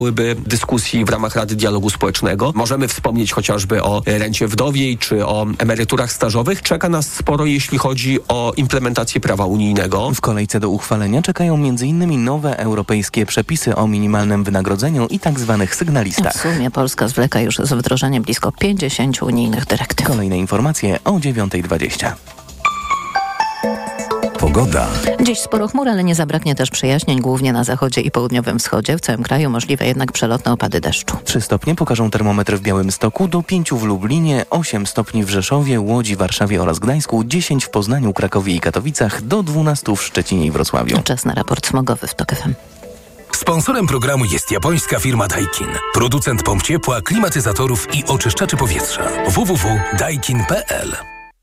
byłyby dyskusji w ramach Rady Dialogu Społecznego. Możemy wspomnieć chociażby o rencie wdowiej czy o emeryturach stażowych. Czeka nas sporo, jeśli chodzi o implementację prawa unijnego. W kolejce do uchwalenia czekają m.in. nowe europejskie przepisy o minimalnym wynagrodzeniu i tzw. sygnalistach. W sumie Polska zwleka już z wdrożeniem blisko 50 unijnych dyrektyw. Kolejne informacje o 9:20. Pogoda. Dziś sporo chmur, ale nie zabraknie też przejaśnień, głównie na zachodzie i południowym wschodzie. W całym kraju możliwe jednak przelotne opady deszczu. 3 stopnie pokażą termometry w Białymstoku, do 5 w Lublinie, 8 stopni w Rzeszowie, Łodzi, Warszawie oraz Gdańsku, 10 w Poznaniu, Krakowie i Katowicach, do 12 w Szczecinie i Wrocławiu. Czas na raport smogowy w TOK FM. Sponsorem programu jest japońska firma Daikin. Producent pomp ciepła, klimatyzatorów i oczyszczaczy powietrza. www.daikin.pl.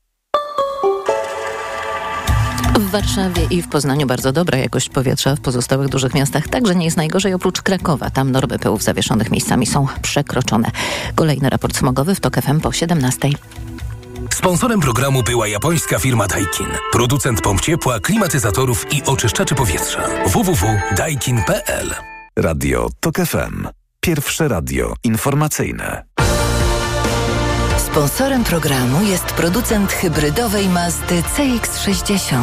W Warszawie i w Poznaniu bardzo dobra jakość powietrza, w pozostałych dużych miastach także nie jest najgorzej, oprócz Krakowa. Tam normy pyłów zawieszonych miejscami są przekroczone. Kolejny raport smogowy w TOK FM po 17:00. Sponsorem programu była japońska firma Daikin. Producent pomp ciepła, klimatyzatorów i oczyszczaczy powietrza. www.daikin.pl. Radio TOK FM. Pierwsze radio informacyjne. Sponsorem programu jest producent hybrydowej Mazdy CX-60.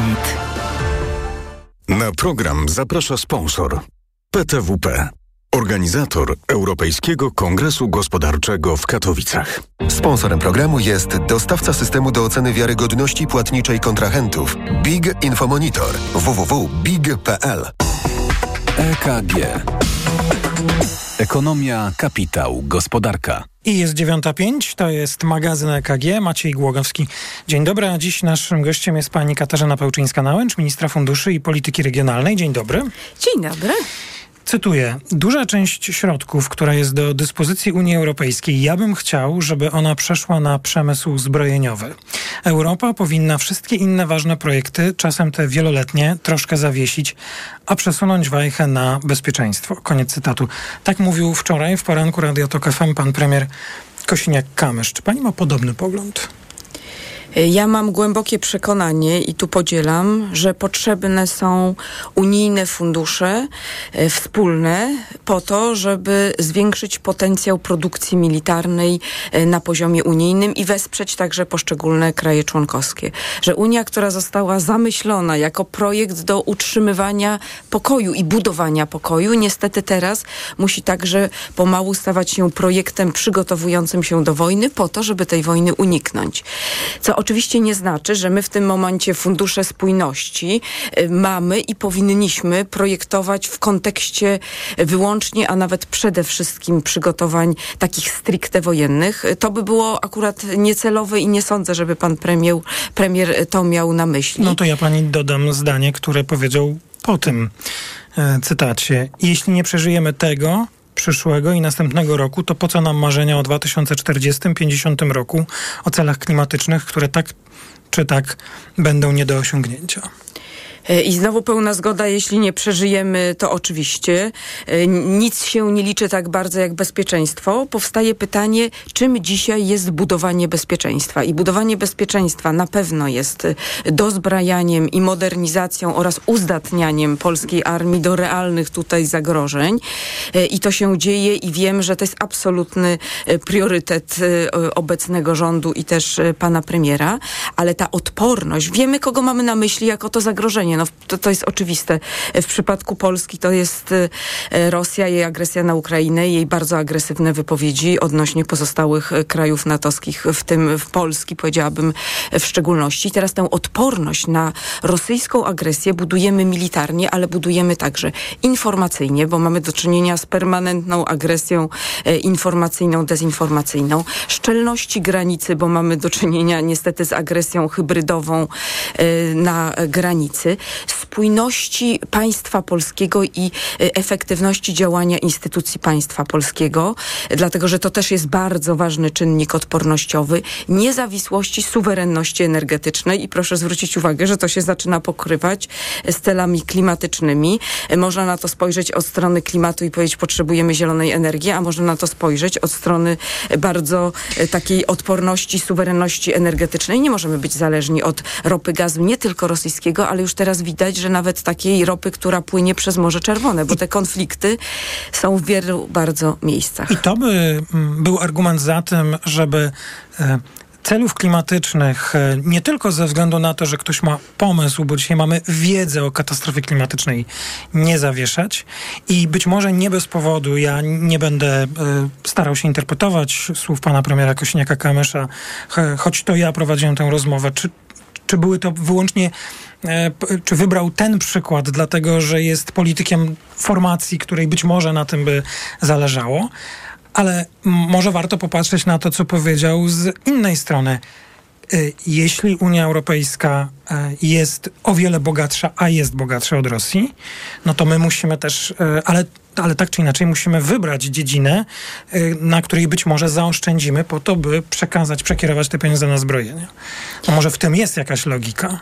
Na program zaprasza sponsor PTWP, organizator Europejskiego Kongresu Gospodarczego w Katowicach. Sponsorem programu jest dostawca systemu do oceny wiarygodności płatniczej kontrahentów Big Infomonitor www.big.pl. EKG. Ekonomia, kapitał, gospodarka. I jest 9:05, to jest magazyn EKG, Maciej Głogowski. Dzień dobry, a dziś naszym gościem jest pani Katarzyna Pełczyńska-Nałęcz, ministra funduszy i polityki regionalnej. Dzień dobry. Dzień dobry. Cytuję, duża część środków, która jest do dyspozycji Unii Europejskiej, ja bym chciał, żeby ona przeszła na przemysł zbrojeniowy. Europa powinna wszystkie inne ważne projekty, czasem te wieloletnie, troszkę zawiesić, a przesunąć wajchę na bezpieczeństwo. Koniec cytatu. Tak mówił wczoraj w poranku Radia TOK FM pan premier Kosiniak-Kamysz. Czy pani ma podobny pogląd? Ja mam głębokie przekonanie i tu podzielam, że potrzebne są unijne fundusze wspólne po to, żeby zwiększyć potencjał produkcji militarnej na poziomie unijnym i wesprzeć także poszczególne kraje członkowskie. Że Unia, która została zamyślona jako projekt do utrzymywania pokoju i budowania pokoju, niestety teraz musi także pomału stawać się projektem przygotowującym się do wojny po to, żeby tej wojny uniknąć. Co oczywiście nie znaczy, że my w tym momencie fundusze spójności mamy i powinniśmy projektować w kontekście wyłącznie, a nawet przede wszystkim przygotowań takich stricte wojennych. To by było akurat niecelowe i nie sądzę, żeby pan premier to miał na myśli. No to ja pani dodam zdanie, które powiedział po tym cytacie. Jeśli nie przeżyjemy tego, przyszłego i następnego roku, to po co nam marzenia o 2040-50 roku, o celach klimatycznych, które tak czy tak będą nie do osiągnięcia? I znowu pełna zgoda, jeśli nie przeżyjemy, to oczywiście. Nic się nie liczy tak bardzo jak bezpieczeństwo. Powstaje pytanie, czym dzisiaj jest budowanie bezpieczeństwa? I budowanie bezpieczeństwa na pewno jest dozbrajaniem i modernizacją oraz uzdatnianiem polskiej armii do realnych tutaj zagrożeń. I to się dzieje i wiem, że to jest absolutny priorytet obecnego rządu i też pana premiera. Ale ta odporność, wiemy, kogo mamy na myśli jako to zagrożenie. No, to jest oczywiste. W przypadku Polski to jest Rosja, jej agresja na Ukrainę, jej bardzo agresywne wypowiedzi odnośnie pozostałych krajów natowskich, w tym w Polski, powiedziałabym w szczególności. Teraz tę odporność na rosyjską agresję budujemy militarnie, ale budujemy także informacyjnie, bo mamy do czynienia z permanentną agresją informacyjną, dezinformacyjną. Szczelności granicy, bo mamy do czynienia niestety z agresją hybrydową na granicy. Spójności państwa polskiego i efektywności działania instytucji państwa polskiego, dlatego że to też jest bardzo ważny czynnik odpornościowy, niezawisłości, suwerenności energetycznej i proszę zwrócić uwagę, że to się zaczyna pokrywać z celami klimatycznymi. Można na to spojrzeć od strony klimatu i powiedzieć, potrzebujemy zielonej energii, a można na to spojrzeć od strony bardzo takiej odporności, suwerenności energetycznej. Nie możemy być zależni od ropy, gazu, nie tylko rosyjskiego, ale już teraz teraz widać, że nawet takiej ropy, która płynie przez Morze Czerwone, bo te konflikty są w wielu bardzo miejscach. I to by był argument za tym, żeby celów klimatycznych, nie tylko ze względu na to, że ktoś ma pomysł, bo dzisiaj mamy wiedzę o katastrofie klimatycznej, nie zawieszać. I być może nie bez powodu, ja nie będę starał się interpretować słów pana premiera Kosiniaka-Kamysza, choć to ja prowadziłem tę rozmowę. Czy były to wyłącznie, czy wybrał ten przykład dlatego, że jest politykiem formacji, której być może na tym by zależało? Ale może warto popatrzeć na to, co powiedział z innej strony. Jeśli Unia Europejska jest o wiele bogatsza, a jest bogatsza od Rosji, no to my musimy też, ale tak czy inaczej musimy wybrać dziedzinę, na której być może zaoszczędzimy po to, by przekierować te pieniądze na zbrojenie. No może w tym jest jakaś logika?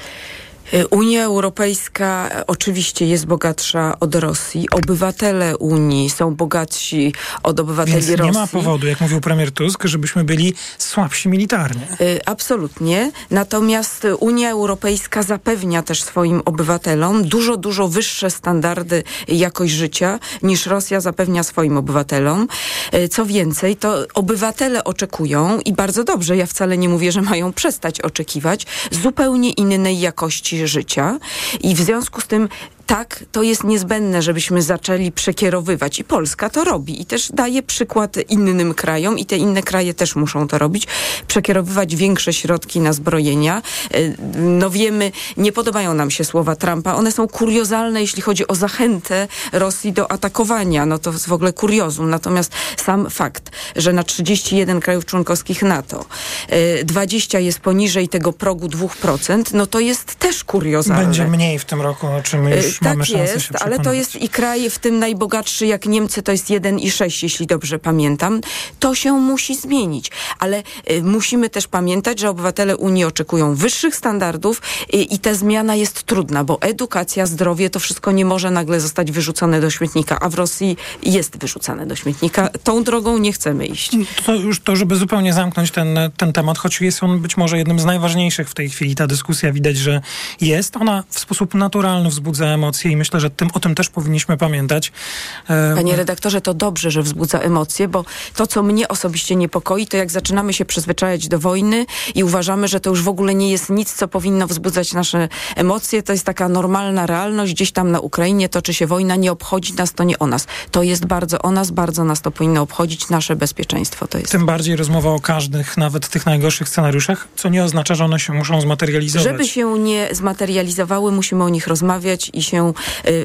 Unia Europejska oczywiście jest bogatsza od Rosji. Obywatele Unii są bogatsi od obywateli Rosji. Więc nie ma powodu, jak mówił premier Tusk, żebyśmy byli słabsi militarnie. Absolutnie. Natomiast Unia Europejska zapewnia też swoim obywatelom dużo wyższe standardy i jakość życia niż Rosja zapewnia swoim obywatelom. Co więcej, to obywatele oczekują i bardzo dobrze, ja wcale nie mówię, że mają przestać oczekiwać zupełnie innej jakości życia i w związku z tym tak, to jest niezbędne, żebyśmy zaczęli przekierowywać i Polska to robi i też daje przykład innym krajom i te inne kraje też muszą to robić, przekierowywać większe środki na zbrojenia. No wiemy, nie podobają nam się słowa Trumpa, one są kuriozalne, jeśli chodzi o zachętę Rosji do atakowania, no to jest w ogóle kuriozum, natomiast sam fakt, że na 31 krajów członkowskich NATO 20 jest poniżej tego progu 2%, no to jest też kuriozalne. Będzie mniej w tym roku, o czym już mamy szansę się przekonać. Ale to jest i kraj, w tym najbogatszy jak Niemcy, to jest 1,6, jeśli dobrze pamiętam. To się musi zmienić. Ale musimy też pamiętać, że obywatele Unii oczekują wyższych standardów i ta zmiana jest trudna, bo edukacja, zdrowie, to wszystko nie może nagle zostać wyrzucone do śmietnika, a w Rosji jest wyrzucane do śmietnika. Tą drogą nie chcemy iść. To żeby zupełnie zamknąć ten temat, choć jest on być może jednym z najważniejszych w tej chwili, ta dyskusja widać, że jest. Ona w sposób naturalny wzbudza emocje i myślę, że o tym też powinniśmy pamiętać. Panie redaktorze, to dobrze, że wzbudza emocje, bo to, co mnie osobiście niepokoi, to jak zaczynamy się przyzwyczajać do wojny i uważamy, że to już w ogóle nie jest nic, co powinno wzbudzać nasze emocje. To jest taka normalna realność. Gdzieś tam na Ukrainie toczy się wojna, nie obchodzi nas, to nie o nas. To jest bardzo o nas, bardzo nas to powinno obchodzić. Nasze bezpieczeństwo to jest. Tym bardziej rozmowa o każdych, nawet tych najgorszych scenariuszach, co nie oznacza, że one się muszą zmaterializować. Żeby się nie zmaterializowały, musimy o nich rozmawiać i się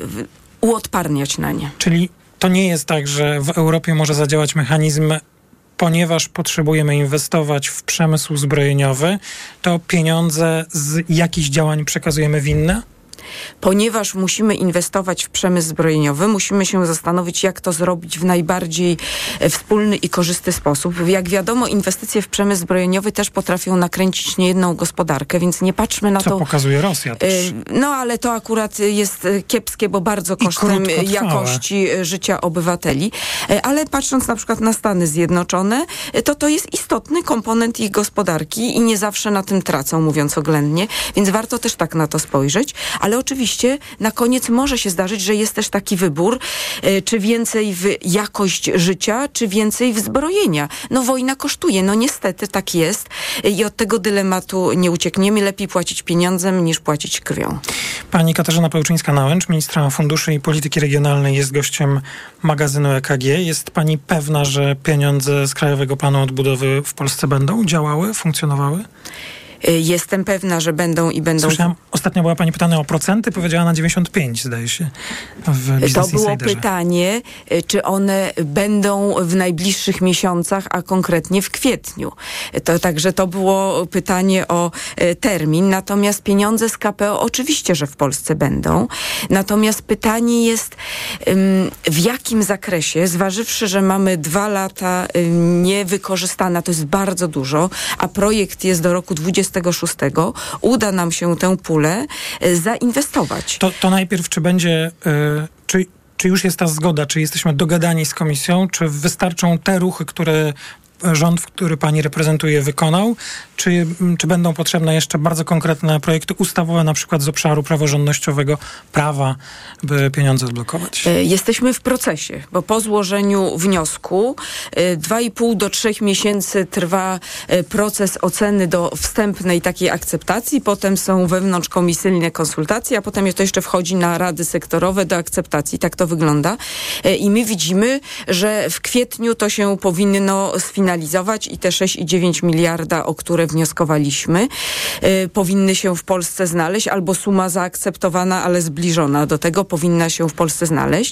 uodparniać na nie. Czyli to nie jest tak, że w Europie może zadziałać mechanizm, ponieważ potrzebujemy inwestować w przemysł zbrojeniowy, to pieniądze z jakichś działań przekazujemy w inne? Ponieważ musimy inwestować w przemysł zbrojeniowy, musimy się zastanowić, jak to zrobić w najbardziej wspólny i korzystny sposób. Jak wiadomo, inwestycje w przemysł zbrojeniowy też potrafią nakręcić niejedną gospodarkę, więc nie patrzmy na to... Co pokazuje Rosja też. No, ale to akurat jest kiepskie, bo bardzo kosztem jakości życia obywateli. Ale patrząc na przykład na Stany Zjednoczone, to jest istotny komponent ich gospodarki i nie zawsze na tym tracą, mówiąc oględnie, więc warto też tak na to spojrzeć. Ale oczywiście na koniec może się zdarzyć, że jest też taki wybór, czy więcej w jakość życia, czy więcej w zbrojenia. No wojna kosztuje, no niestety tak jest i od tego dylematu nie uciekniemy. Lepiej płacić pieniądzem niż płacić krwią. Pani Katarzyna Pełczyńska-Nałęcz, ministra funduszy i polityki regionalnej, jest gościem magazynu EKG. Jest pani pewna, że pieniądze z Krajowego Planu Odbudowy w Polsce będą działały, funkcjonowały? Jestem pewna, że będą i będą... Słyszałam, ostatnio była pani pytana o procenty, powiedziała na 95, zdaje się, w Business To było Insiderze. pytanie, czy one będą w najbliższych miesiącach, a konkretnie w kwietniu. Także to było pytanie o termin. Natomiast pieniądze z KPO oczywiście, że w Polsce będą. Natomiast pytanie jest, w jakim zakresie, zważywszy, że mamy 2 lata niewykorzystane, to jest bardzo dużo, a projekt jest do roku 26, uda nam się tę pulę zainwestować. To najpierw, czy będzie, czy już jest ta zgoda, czy jesteśmy dogadani z komisją, czy wystarczą te ruchy, które rząd, który pani reprezentuje, wykonał? Czy będą potrzebne jeszcze bardzo konkretne projekty ustawowe, na przykład z obszaru praworządnościowego, prawa, by pieniądze odblokować? Jesteśmy w procesie, bo po złożeniu wniosku 2,5 do 3 miesięcy trwa proces oceny do wstępnej takiej akceptacji, potem są wewnątrzkomisyjne konsultacje, a potem to jeszcze wchodzi na rady sektorowe do akceptacji. Tak to wygląda. I my widzimy, że w kwietniu to się powinno sfinalizować i te 6,9 miliarda, o które wnioskowaliśmy, powinny się w Polsce znaleźć, albo suma zaakceptowana, ale zbliżona do tego powinna się w Polsce znaleźć.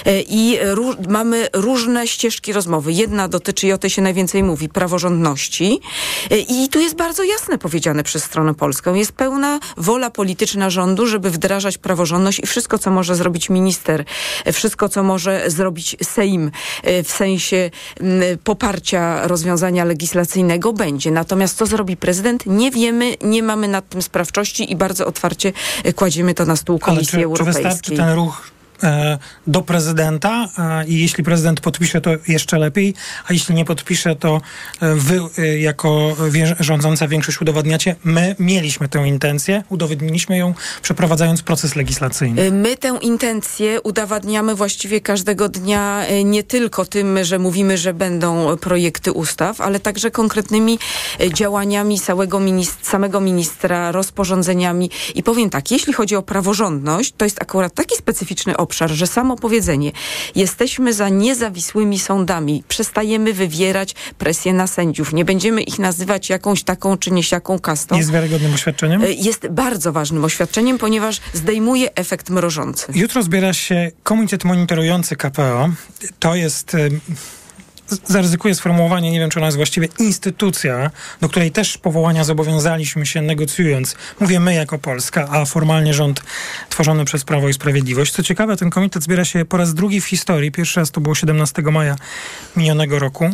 I mamy różne ścieżki rozmowy. Jedna dotyczy, i o tej się najwięcej mówi, praworządności. I tu jest bardzo jasne powiedziane przez stronę polską. Jest pełna wola polityczna rządu, żeby wdrażać praworządność i wszystko, co może zrobić minister, wszystko, co może zrobić Sejm w sensie poparcia rozwiązania legislacyjnego będzie. Natomiast co zrobi prezydent? Nie wiemy, nie mamy nad tym sprawczości i bardzo otwarcie kładziemy to na stół Komisji Europejskiej. Czy wystarczy ten ruch do prezydenta i jeśli prezydent podpisze, to jeszcze lepiej, a jeśli nie podpisze, to wy jako rządząca większość udowadniacie, my mieliśmy tę intencję, udowodniliśmy ją, przeprowadzając proces legislacyjny. My tę intencję udowadniamy właściwie każdego dnia, nie tylko tym, że mówimy, że będą projekty ustaw, ale także konkretnymi działaniami samego ministra, rozporządzeniami. I powiem tak, jeśli chodzi o praworządność, to jest akurat taki specyficzny obszar, że samo powiedzenie, jesteśmy za niezawisłymi sądami, przestajemy wywierać presję na sędziów, nie będziemy ich nazywać jakąś taką czy niesiaką kastą. Jest wiarygodnym oświadczeniem? Jest bardzo ważnym oświadczeniem, ponieważ zdejmuje efekt mrożący. Jutro zbiera się komitet monitorujący KPO. To jest... Zaryzykuję sformułowanie, nie wiem, czy ona jest właściwie instytucja, do której też powołania zobowiązaliśmy się negocjując. Mówię my jako Polska, a formalnie rząd tworzony przez Prawo i Sprawiedliwość. Co ciekawe, ten komitet zbiera się po raz drugi w historii. Pierwszy raz to było 17 maja minionego roku.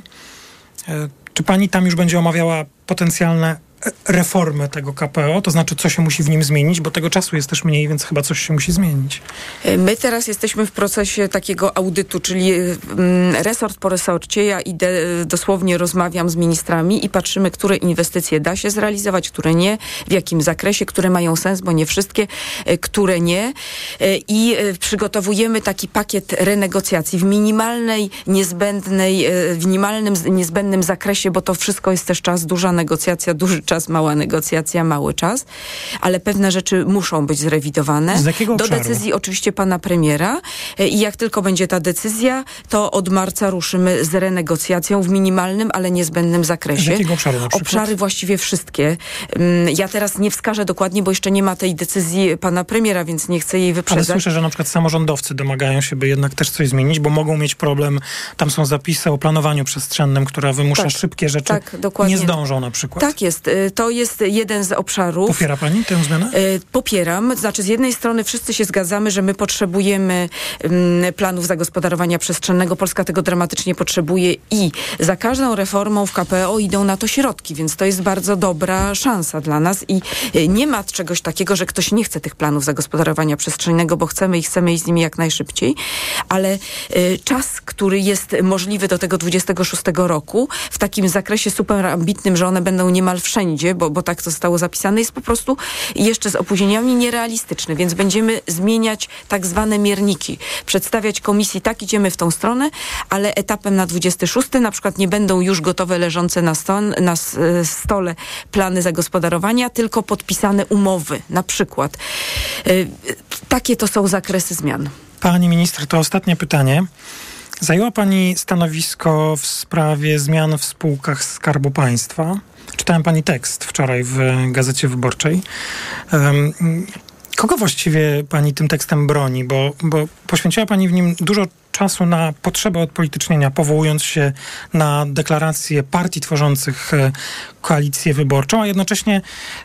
Czy pani tam już będzie omawiała potencjalne reformy tego KPO, to znaczy co się musi w nim zmienić, bo tego czasu jest też mniej, więc chyba coś się musi zmienić. My teraz jesteśmy w procesie takiego audytu, czyli resort po resorcie. Ja idę, dosłownie rozmawiam z ministrami i patrzymy, które inwestycje da się zrealizować, które nie, w jakim zakresie, które mają sens, bo nie wszystkie, które nie. I przygotowujemy taki pakiet renegocjacji w minimalnym, niezbędnym zakresie, bo to wszystko jest też czas, duża negocjacja, duży czas, mała negocjacja, mały czas, ale pewne rzeczy muszą być zrewidowane. Z jakiego obszaru? Do decyzji oczywiście pana premiera i jak tylko będzie ta decyzja, to od marca ruszymy z renegocjacją w minimalnym, ale niezbędnym zakresie. Z jakiego obszaru na przykład? Obszary właściwie wszystkie. Ja teraz nie wskażę dokładnie, bo jeszcze nie ma tej decyzji pana premiera, więc nie chcę jej wyprzedzać. Ale słyszę, że na przykład samorządowcy domagają się, by jednak też coś zmienić, bo mogą mieć problem. Tam są zapisy o planowaniu przestrzennym, która wymusza szybkie rzeczy. Tak, dokładnie. Nie zdążą na przykład. Tak jest. To jest jeden z obszarów. Popiera pani tę zmianę? Popieram. Znaczy z jednej strony wszyscy się zgadzamy, że my potrzebujemy planów zagospodarowania przestrzennego. Polska tego dramatycznie potrzebuje i za każdą reformą w KPO idą na to środki, więc to jest bardzo dobra szansa dla nas i nie ma czegoś takiego, że ktoś nie chce tych planów zagospodarowania przestrzennego, bo chcemy iść z nimi jak najszybciej, ale czas, który jest możliwy do tego 26 roku w takim zakresie super ambitnym, że one będą niemal wszędzie, bo tak to zostało zapisane, jest po prostu jeszcze z opóźnieniami nierealistyczny, więc będziemy zmieniać tak zwane mierniki. Przedstawiać komisji, tak idziemy w tą stronę, ale etapem na 26 na przykład nie będą już gotowe leżące na stole plany zagospodarowania, tylko podpisane umowy na przykład. Takie to są zakresy zmian. Pani minister, to ostatnie pytanie. Zajęła pani stanowisko w sprawie zmian w spółkach Skarbu Państwa. Czytałem pani tekst wczoraj w Gazecie Wyborczej. Kogo właściwie pani tym tekstem broni? Bo poświęciła pani w nim dużo czasu na potrzebę odpolitycznienia, powołując się na deklaracje partii tworzących koalicję wyborczą, a jednocześnie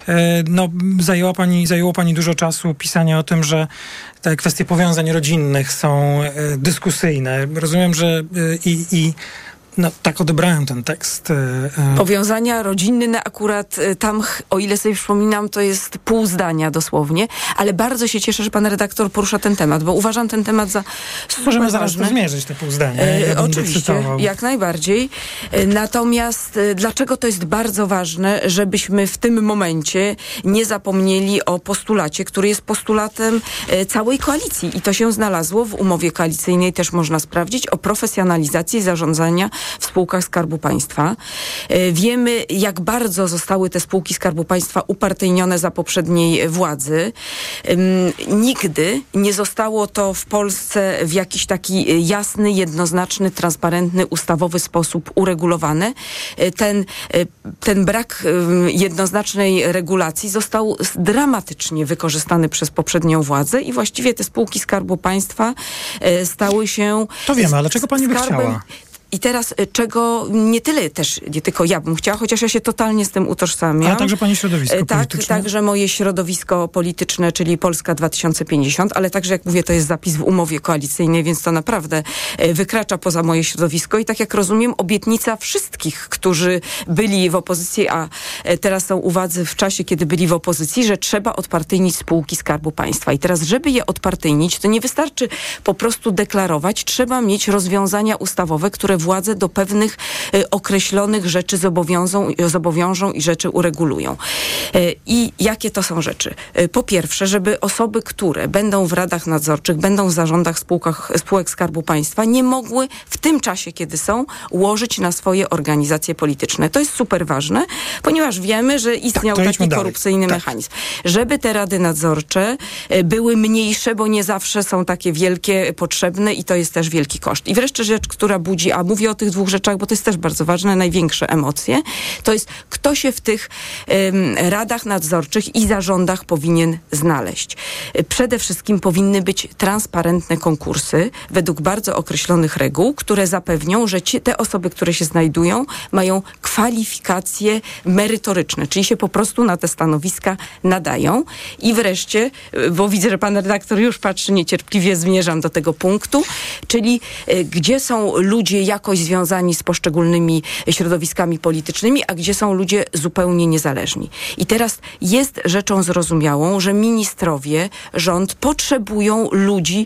zajęło pani dużo czasu pisania o tym, że te kwestie powiązań rodzinnych są dyskusyjne. Rozumiem, że No, tak odebrałem ten tekst. Powiązania rodzinne akurat tam, o ile sobie przypominam, to jest pół zdania dosłownie, ale bardzo się cieszę, że pan redaktor porusza ten temat, bo uważam ten temat za super Możemy zaraz ważny. zmierzyć te pół zdania. Oczywiście, jak najbardziej. Natomiast dlaczego to jest bardzo ważne, żebyśmy w tym momencie nie zapomnieli o postulacie, który jest postulatem całej koalicji i to się znalazło w umowie koalicyjnej, też można sprawdzić, o profesjonalizacji zarządzania w spółkach Skarbu Państwa. Wiemy, jak bardzo zostały te spółki Skarbu Państwa upartyjnione za poprzedniej władzy. Nigdy nie zostało to w Polsce w jakiś taki jasny, jednoznaczny, transparentny, ustawowy sposób uregulowane. Ten brak jednoznacznej regulacji został dramatycznie wykorzystany przez poprzednią władzę i właściwie te spółki Skarbu Państwa stały się... To wiemy, ale czego pani by chciała? I teraz czego nie tylko ja bym chciała, chociaż ja się totalnie z tym utożsamiam. Ale także pani środowisko polityczne. Także moje środowisko polityczne, czyli Polska 2050, ale także, jak mówię, to jest zapis w umowie koalicyjnej, więc to naprawdę wykracza poza moje środowisko i tak jak rozumiem, obietnica wszystkich, którzy byli w opozycji, a teraz są u władzy w czasie, kiedy byli w opozycji, że trzeba odpartyjnić spółki Skarbu Państwa. I teraz, żeby je odpartyjnić, to nie wystarczy po prostu deklarować, trzeba mieć rozwiązania ustawowe, które władze do pewnych określonych rzeczy zobowiążą i rzeczy uregulują. I jakie to są rzeczy? Po pierwsze, żeby osoby, które będą w radach nadzorczych, będą w zarządach spółek Skarbu Państwa, nie mogły w tym czasie, kiedy są, łożyć na swoje organizacje polityczne. To jest super ważne, ponieważ wiemy, że istniał taki korupcyjny mechanizm. Żeby te rady nadzorcze były mniejsze, bo nie zawsze są takie wielkie, potrzebne i to jest też wielki koszt. I wreszcie rzecz, która budzi, a mówię o tych dwóch rzeczach, bo to jest też bardzo ważne, największe emocje, to jest kto się w tych radach nadzorczych i zarządach powinien znaleźć. Przede wszystkim powinny być transparentne konkursy według bardzo określonych reguł, które zapewnią, że te osoby, które się znajdują, mają kwalifikacje merytoryczne, czyli się po prostu na te stanowiska nadają. I wreszcie, bo widzę, że pan redaktor już patrzy niecierpliwie, zmierzam do tego punktu, czyli gdzie są ludzie jakoś związani z poszczególnymi środowiskami politycznymi, a gdzie są ludzie zupełnie niezależni. I teraz jest rzeczą zrozumiałą, że ministrowie, rząd potrzebują ludzi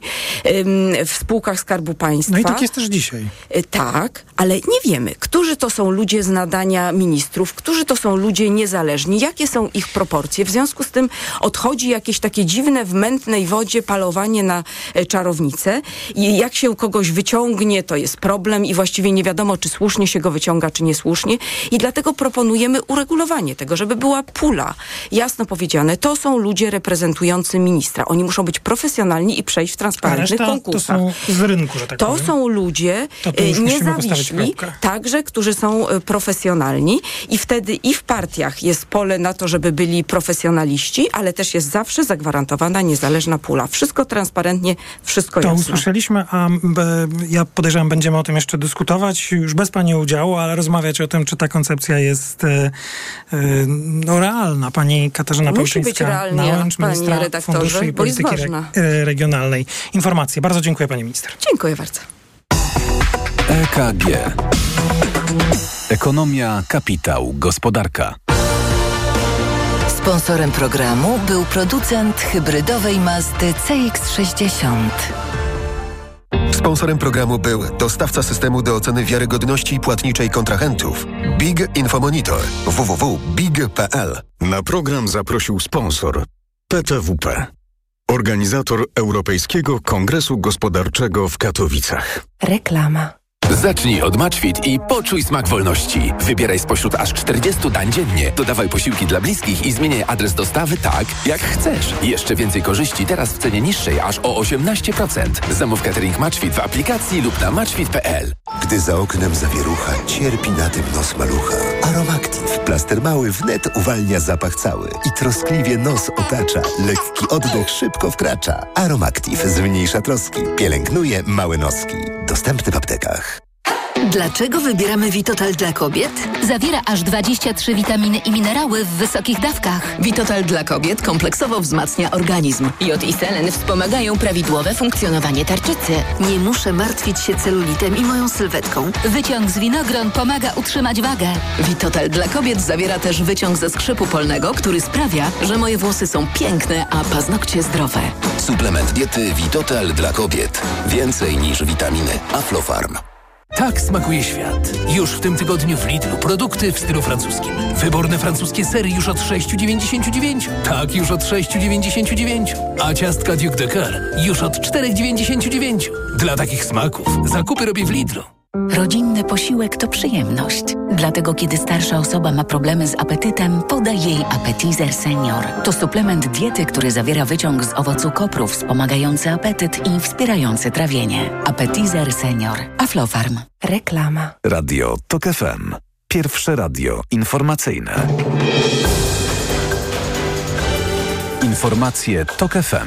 w spółkach Skarbu Państwa. No i tak jest też dzisiaj. Tak, ale nie wiemy, którzy to są ludzie z nadania ministrów, którzy to są ludzie niezależni, jakie są ich proporcje. W związku z tym odchodzi jakieś takie dziwne w mętnej wodzie palowanie na czarownicę i jak się kogoś wyciągnie, to jest problem i właściwie nie wiadomo, czy słusznie się go wyciąga, czy niesłusznie. I dlatego proponujemy uregulowanie tego, żeby była pula. Jasno powiedziane, to są ludzie reprezentujący ministra. Oni muszą być profesjonalni i przejść w transparentnych konkursach. To są z rynku, że tak powiem. To są ludzie niezawiśli, także, którzy są profesjonalni i wtedy i w partiach jest pole na to, żeby byli profesjonaliści, ale też jest zawsze zagwarantowana niezależna pula. Wszystko transparentnie, wszystko jasne. To usłyszeliśmy, a ja podejrzewam, będziemy o tym jeszcze dyskutować, już bez pani udziału, ale rozmawiać o tym, czy ta koncepcja jest realna. Pani Katarzyna Pełczyńska-Nałęcz, ministra Funduszy i Polityki Regionalnej. Informacje. Bardzo dziękuję, pani minister. Dziękuję bardzo. EKG. Ekonomia, kapitał, gospodarka. Sponsorem programu był producent hybrydowej Mazdy CX-60. Sponsorem programu był dostawca systemu do oceny wiarygodności płatniczej kontrahentów BIG Infomonitor www.big.pl. Na program zaprosił sponsor PTWP, organizator Europejskiego Kongresu Gospodarczego w Katowicach. Reklama. Zacznij od Matchfit i poczuj smak wolności. Wybieraj spośród aż 40 dań dziennie. Dodawaj posiłki dla bliskich i zmieniaj adres dostawy tak, jak chcesz. Jeszcze więcej korzyści teraz w cenie niższej aż o 18%. Zamów catering Matchfit w aplikacji lub na matchfit.pl. Gdy za oknem zawierucha, cierpi na tym nos malucha. Aromactive, plaster mały wnet uwalnia zapach cały i troskliwie nos otacza. Lekki oddech szybko wkracza. Aromactive zmniejsza troski, pielęgnuje małe noski. Dostępny w aptekach. Dlaczego wybieramy Vitotal dla kobiet? Zawiera aż 23 witaminy i minerały w wysokich dawkach. Vitotal dla kobiet kompleksowo wzmacnia organizm. Jod i selen wspomagają prawidłowe funkcjonowanie tarczycy. Nie muszę martwić się celulitem i moją sylwetką. Wyciąg z winogron pomaga utrzymać wagę. Vitotal dla kobiet zawiera też wyciąg ze skrzypu polnego, który sprawia, że moje włosy są piękne, a paznokcie zdrowe. Suplement diety Vitotal dla kobiet. Więcej niż witaminy. Aflofarm. Tak smakuje świat. Już w tym tygodniu w Lidlu produkty w stylu francuskim. Wyborne francuskie sery już od 6,99. Tak, już od 6,99. A ciastka Duc de Coeur już od 4,99. Dla takich smaków zakupy robię w Lidlu. Rodzinny posiłek to przyjemność. Dlatego kiedy starsza osoba ma problemy z apetytem, podaj jej Appetizer Senior. To suplement diety, który zawiera wyciąg z owocu kopru wspomagający apetyt i wspierający trawienie. Appetizer Senior. Aflofarm. Reklama. Radio TOK FM. Pierwsze radio informacyjne. Informacje TOK FM.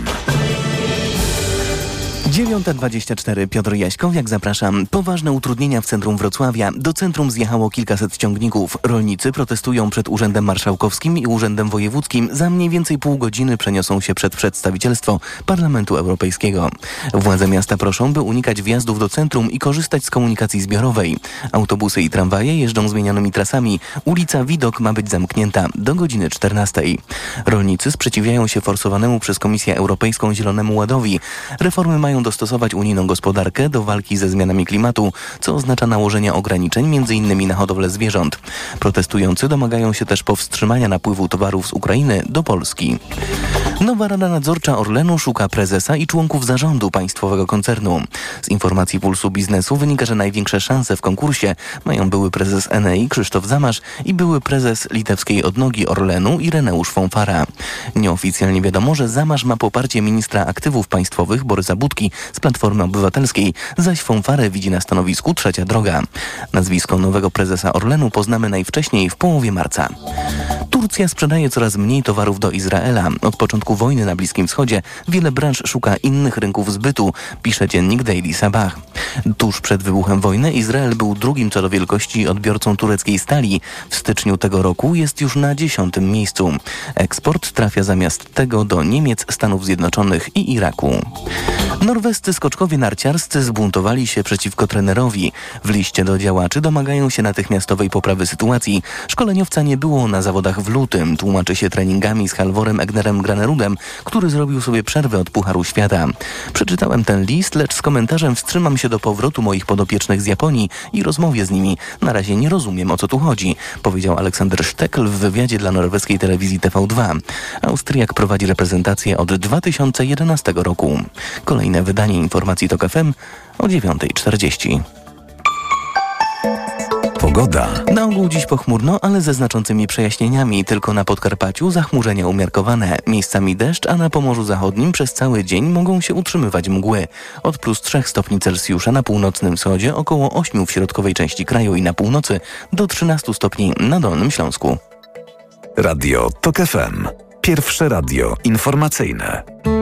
9:24. Piotr Jaśkowiak, zapraszam. Poważne utrudnienia w centrum Wrocławia. Do centrum zjechało kilkaset ciągników. Rolnicy protestują przed Urzędem Marszałkowskim i Urzędem Wojewódzkim. Za mniej więcej pół godziny przeniosą się przed przedstawicielstwo Parlamentu Europejskiego. Władze miasta proszą, by unikać wjazdów do centrum i korzystać z komunikacji zbiorowej. Autobusy i tramwaje jeżdżą zmienionymi trasami. Ulica Widok ma być zamknięta do godziny 14. Rolnicy sprzeciwiają się forsowanemu przez Komisję Europejską Zielonemu Ładowi. Reformy mają dostosować unijną gospodarkę do walki ze zmianami klimatu, co oznacza nałożenie ograniczeń m.in. na hodowlę zwierząt. Protestujący domagają się też powstrzymania napływu towarów z Ukrainy do Polski. Nowa Rada Nadzorcza Orlenu szuka prezesa i członków zarządu państwowego koncernu. Z informacji Pulsu Biznesu wynika, że największe szanse w konkursie mają były prezes Enei Krzysztof Zamasz i były prezes litewskiej odnogi Orlenu Ireneusz Fonfara. Nieoficjalnie wiadomo, że Zamasz ma poparcie ministra aktywów państwowych Borysa Budki z Platformy Obywatelskiej, zaś Fonfarę widzi na stanowisku Trzecia Droga. Nazwisko nowego prezesa Orlenu poznamy najwcześniej w połowie marca. Turcja sprzedaje coraz mniej towarów do Izraela. Od początku wojny na Bliskim Wschodzie wiele branż szuka innych rynków zbytu, pisze dziennik Daily Sabah. Tuż przed wybuchem wojny Izrael był drugim co do wielkości odbiorcą tureckiej stali. W styczniu tego roku jest już na 10. miejscu. Eksport trafia zamiast tego do Niemiec, Stanów Zjednoczonych i Iraku. Norwescy skoczkowie narciarscy zbuntowali się przeciwko trenerowi. W liście do działaczy domagają się natychmiastowej poprawy sytuacji. Szkoleniowca nie było na zawodach w lutym. Tłumaczy się treningami z Halvorem Egnerem Granerudem, który zrobił sobie przerwę od Pucharu Świata. Przeczytałem ten list, lecz z komentarzem wstrzymam się do powrotu moich podopiecznych z Japonii i rozmowie z nimi. Na razie nie rozumiem, o co tu chodzi, powiedział Aleksander Sztekl w wywiadzie dla norweskiej telewizji TV2. Austriak prowadzi reprezentację od 2011 roku. Kolejne wydanie informacji TOK FM o 9:40. Pogoda. Na ogół dziś pochmurno, ale ze znaczącymi przejaśnieniami. Tylko na Podkarpaciu zachmurzenia umiarkowane. Miejscami deszcz, a na Pomorzu Zachodnim przez cały dzień mogą się utrzymywać mgły. Od +3 stopni Celsjusza na północnym wschodzie, około 8 w środkowej części kraju i na północy, do 13 stopni na Dolnym Śląsku. Radio TOK FM. Pierwsze radio informacyjne.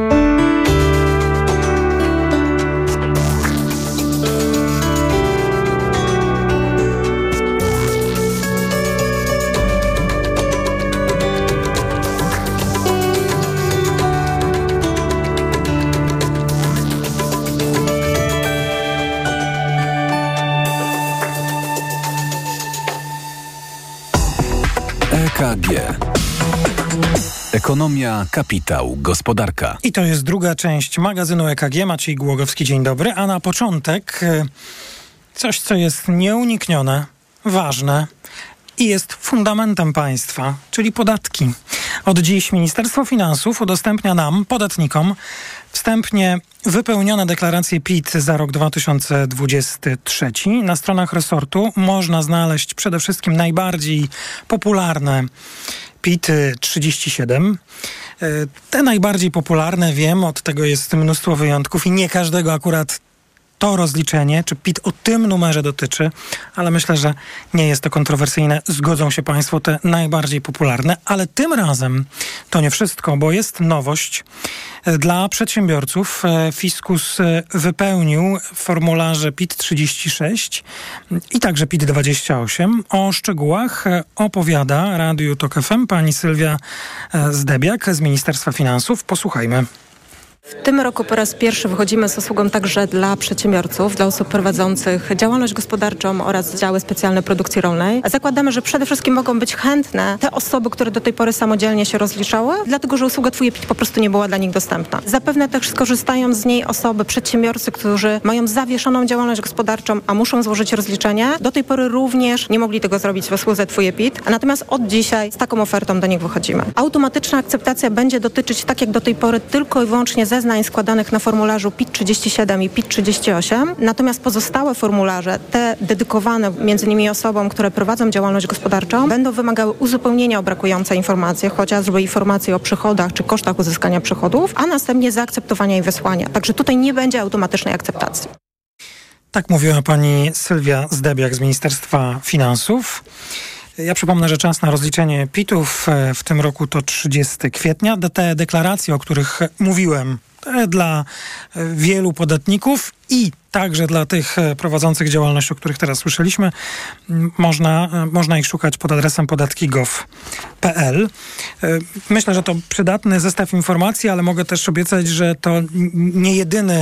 EKG. Ekonomia, kapitał, gospodarka. I to jest druga część magazynu EKG. Maciej Głogowski, dzień dobry. A na początek coś, co jest nieuniknione, ważne i jest fundamentem państwa, czyli podatki. Od dziś Ministerstwo Finansów udostępnia nam, podatnikom, wstępnie wypełnione deklaracje PIT za rok 2023. Na stronach resortu można znaleźć przede wszystkim najbardziej popularne PIT 37. Te najbardziej popularne, wiem, od tego jest mnóstwo wyjątków i nie każdego akurat to rozliczenie, czy PIT o tym numerze dotyczy, ale myślę, że nie jest to kontrowersyjne. Zgodzą się Państwo, te najbardziej popularne, ale tym razem to nie wszystko, bo jest nowość. Dla przedsiębiorców Fiskus wypełnił formularze PIT-36 i także PIT-28. O szczegółach opowiada Radiu Tok FM pani Sylwia Zdebiak z Ministerstwa Finansów. Posłuchajmy. W tym roku po raz pierwszy wychodzimy z usługą także dla przedsiębiorców, dla osób prowadzących działalność gospodarczą oraz działy specjalne produkcji rolnej. Zakładamy, że przede wszystkim mogą być chętne te osoby, które do tej pory samodzielnie się rozliczały, dlatego że usługa Twój PIT po prostu nie była dla nich dostępna. Zapewne też skorzystają z niej osoby, przedsiębiorcy, którzy mają zawieszoną działalność gospodarczą, a muszą złożyć rozliczenie. Do tej pory również nie mogli tego zrobić w usłudze Twój PIT, a natomiast od dzisiaj z taką ofertą do nich wychodzimy. Automatyczna akceptacja będzie dotyczyć, tak jak do tej pory, tylko i wyłącznie zeznań składanych na formularzu PIT-37 i PIT-38, natomiast pozostałe formularze, te dedykowane między innymi osobom, które prowadzą działalność gospodarczą, będą wymagały uzupełnienia o brakujące informacje, chociażby informacje o przychodach czy kosztach uzyskania przychodów, a następnie zaakceptowania i wysłania. Także tutaj nie będzie automatycznej akceptacji. Tak mówiła pani Sylwia Zdebiak z Ministerstwa Finansów. Ja przypomnę, że czas na rozliczenie PIT-ów w tym roku to 30 kwietnia. Te deklaracje, o których mówiłem, dla wielu podatników i także dla tych prowadzących działalność, o których teraz słyszeliśmy, można ich szukać pod adresem podatki.gov.pl. Myślę, że to przydatny zestaw informacji, ale mogę też obiecać, że to nie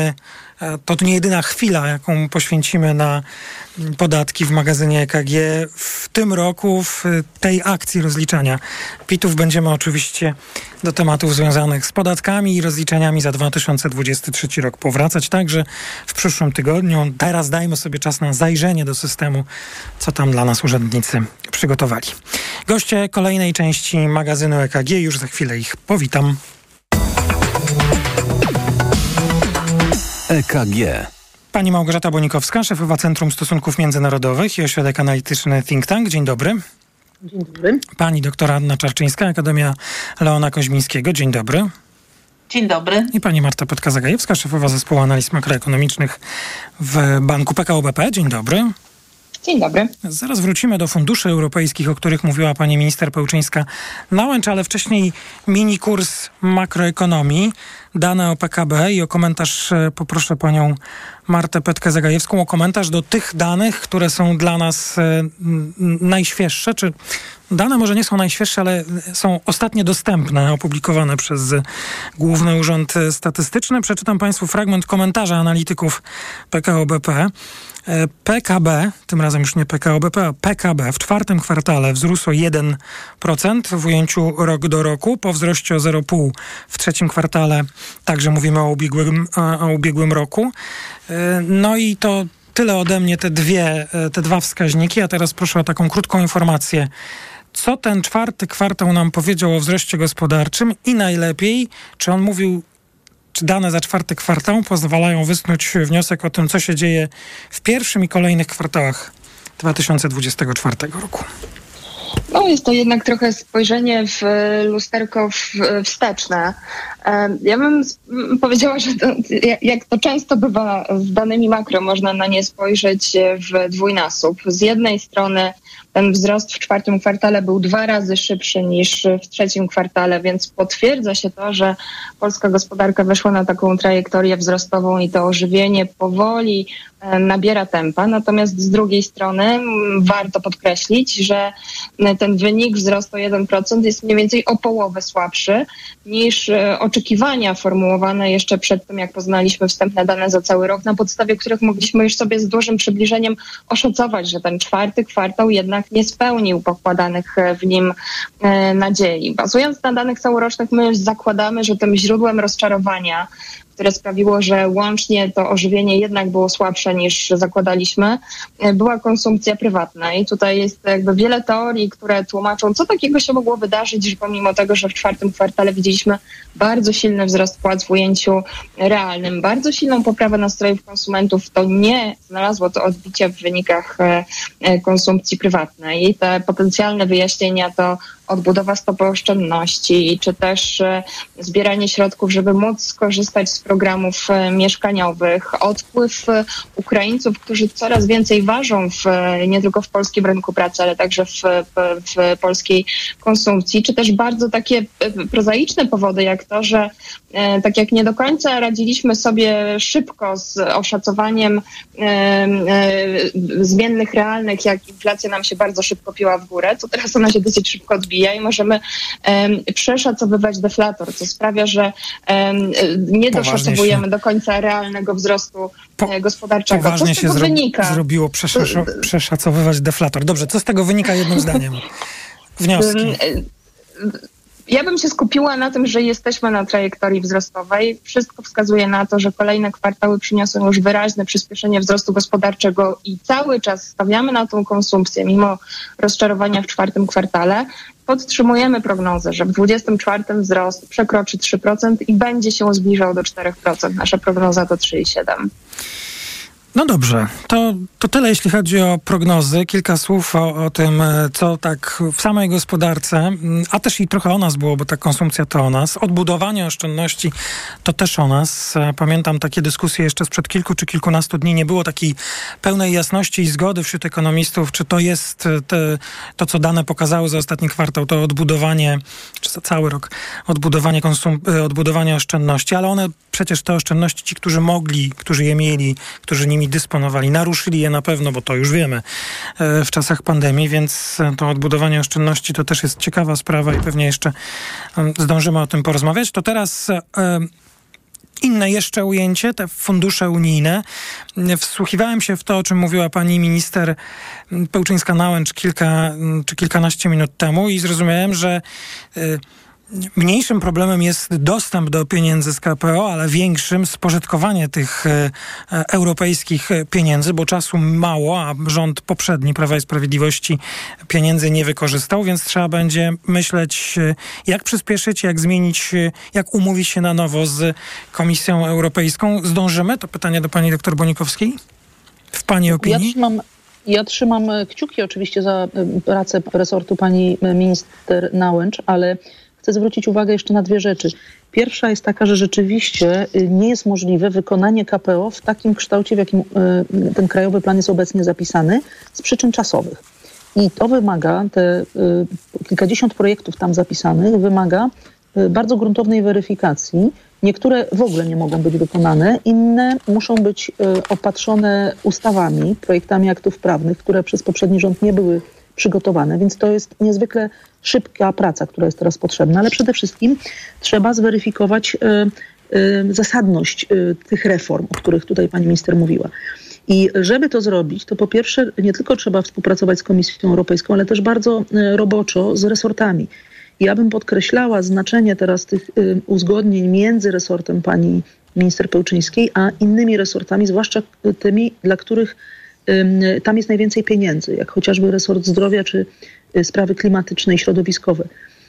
jedyna chwila, jaką poświęcimy na podatki w magazynie EKG. W tym roku, w tej akcji rozliczania PIT-ów będziemy oczywiście do tematów związanych z podatkami i rozliczeniami za 2023 rok powracać także w przyszłym tygodniu. Teraz dajmy sobie czas na zajrzenie do systemu, co tam dla nas urzędnicy przygotowali. Goście kolejnej części magazynu EKG, już za chwilę ich powitam. EKG. Pani Małgorzata Bonikowska, szefowa Centrum Stosunków Międzynarodowych i Ośrodek Analityczny Think Tank. Dzień dobry. Dzień dobry. Pani doktor Anna Czarczyńska, Akademia Leona Koźmińskiego. Dzień dobry. Dzień dobry. I pani Marta Petka-Zagajewska, szefowa Zespołu Analiz Makroekonomicznych w Banku PKO BP. Dzień dobry. Dzień dobry. Zaraz wrócimy do funduszy europejskich, o których mówiła pani minister Pełczyńska-Nałęcz, ale wcześniej mini kurs makroekonomii, dane o PKB i o komentarz poproszę panią Martę Petkę-Zagajewską o komentarz do tych danych, które są dla nas najświeższe, czy dane może nie są najświeższe, ale są ostatnio dostępne, opublikowane przez Główny Urząd Statystyczny. Przeczytam państwu fragment komentarza analityków PKO BP. PKB, tym razem już nie PKO BP, a PKB w czwartym kwartale wzrósł o 1% w ujęciu rok do roku, po wzroście o 0,5% w trzecim kwartale, także mówimy o ubiegłym roku. No i to tyle ode mnie, te dwa wskaźniki, a teraz proszę o taką krótką informację. Co ten czwarty kwartał nam powiedział o wzroście gospodarczym i najlepiej, czy on mówił, czy dane za czwarty kwartał pozwalają wysnuć wniosek o tym, co się dzieje w pierwszym i kolejnych kwartałach 2024 roku? No jest to jednak trochę spojrzenie w lusterko wsteczne. Ja bym powiedziała, że jak to często bywa z danymi makro, można na nie spojrzeć w dwójnasób. Z jednej strony ten wzrost w czwartym kwartale był 2 razy szybszy niż w trzecim kwartale, więc potwierdza się to, że polska gospodarka weszła na taką trajektorię wzrostową i to ożywienie powoli nabiera tempa. Natomiast z drugiej strony warto podkreślić, że ten wynik wzrostu 1% jest mniej więcej o połowę słabszy niż oczekiwania formułowane jeszcze przed tym, jak poznaliśmy wstępne dane za cały rok, na podstawie których mogliśmy już sobie z dużym przybliżeniem oszacować, że ten czwarty kwartał jednak nie spełnił pokładanych w nim nadziei. Bazując na danych całorocznych, my zakładamy, że tym źródłem rozczarowania, które sprawiło, że łącznie to ożywienie jednak było słabsze niż zakładaliśmy, była konsumpcja prywatna. I tutaj jest jakby wiele teorii, które tłumaczą, co takiego się mogło wydarzyć, że pomimo tego, że w czwartym kwartale widzieliśmy bardzo silny wzrost płac w ujęciu realnym, bardzo silną poprawę nastrojów konsumentów, to nie znalazło to odbicia w wynikach konsumpcji prywatnej. I te potencjalne wyjaśnienia to odbudowa stopy oszczędności, czy też zbieranie środków, żeby móc skorzystać z programów mieszkaniowych, odpływ Ukraińców, którzy coraz więcej ważą nie tylko w polskim rynku pracy, ale także w polskiej konsumpcji, czy też bardzo takie prozaiczne powody, jak to, że tak jak nie do końca radziliśmy sobie szybko z oszacowaniem zmiennych realnych, jak inflacja nam się bardzo szybko piła w górę, to teraz ona się dosyć szybko odbija i możemy przeszacowywać deflator, co sprawia, że nie doszacowujemy do końca realnego wzrostu gospodarczego. Poważnie co z tego wynika? Zrobiło przeszacowywać deflator. Dobrze, co z tego wynika jednym zdaniem? Wnioski. Ja bym się skupiła na tym, że jesteśmy na trajektorii wzrostowej. Wszystko wskazuje na to, że kolejne kwartały przyniosą już wyraźne przyspieszenie wzrostu gospodarczego i cały czas stawiamy na tą konsumpcję, mimo rozczarowania w 4. kwartale. Podtrzymujemy prognozę, że w 2024 wzrost przekroczy 3% i będzie się zbliżał do 4%. Nasza prognoza to 3,7%. No dobrze, to tyle jeśli chodzi o prognozy. Kilka słów o tym, co tak w samej gospodarce, a też i trochę o nas było, bo ta konsumpcja to o nas. Odbudowanie oszczędności to też o nas. Pamiętam takie dyskusje jeszcze sprzed kilku czy kilkunastu dni. Nie było takiej pełnej jasności i zgody wśród ekonomistów, czy to jest to, co dane pokazały za ostatni kwartał, to odbudowanie, czy za cały rok, odbudowanie oszczędności, ale one przecież te oszczędności, ci, którzy mogli, którzy je mieli, którzy nimi dysponowali, naruszyli je na pewno, bo to już wiemy, w czasach pandemii, więc to odbudowanie oszczędności to też jest ciekawa sprawa i pewnie jeszcze zdążymy o tym porozmawiać. To teraz inne jeszcze ujęcie, te fundusze unijne. Wsłuchiwałem się w to, o czym mówiła pani minister Pełczyńska-Nałęcz kilkanaście minut temu i zrozumiałem, że mniejszym problemem jest dostęp do pieniędzy z KPO, ale większym spożytkowanie tych europejskich pieniędzy, bo czasu mało, a rząd poprzedni Prawa i Sprawiedliwości pieniędzy nie wykorzystał, więc trzeba będzie myśleć, jak przyspieszyć, jak zmienić, jak umówić się na nowo z Komisją Europejską. Zdążymy? To pytanie do pani doktor Bonikowskiej. W pani opinii? Ja trzymam kciuki oczywiście za pracę resortu pani minister Nałęcz, ale chcę zwrócić uwagę jeszcze na dwie rzeczy. Pierwsza jest taka, że rzeczywiście nie jest możliwe wykonanie KPO w takim kształcie, w jakim ten krajowy plan jest obecnie zapisany, z przyczyn czasowych. I to wymaga, te kilkadziesiąt projektów tam zapisanych, wymaga bardzo gruntownej weryfikacji. Niektóre w ogóle nie mogą być wykonane, inne muszą być opatrzone ustawami, projektami aktów prawnych, które przez poprzedni rząd nie były przygotowane, więc to jest niezwykle szybka praca, która jest teraz potrzebna, ale przede wszystkim trzeba zweryfikować zasadność tych reform, o których tutaj pani minister mówiła. I żeby to zrobić, to po pierwsze nie tylko trzeba współpracować z Komisją Europejską, ale też bardzo roboczo z resortami. Ja bym podkreślała znaczenie teraz tych uzgodnień między resortem pani minister Pełczyńskiej, a innymi resortami, zwłaszcza tymi, dla których tam jest najwięcej pieniędzy, jak chociażby resort zdrowia czy sprawy klimatyczne i środowiskowe.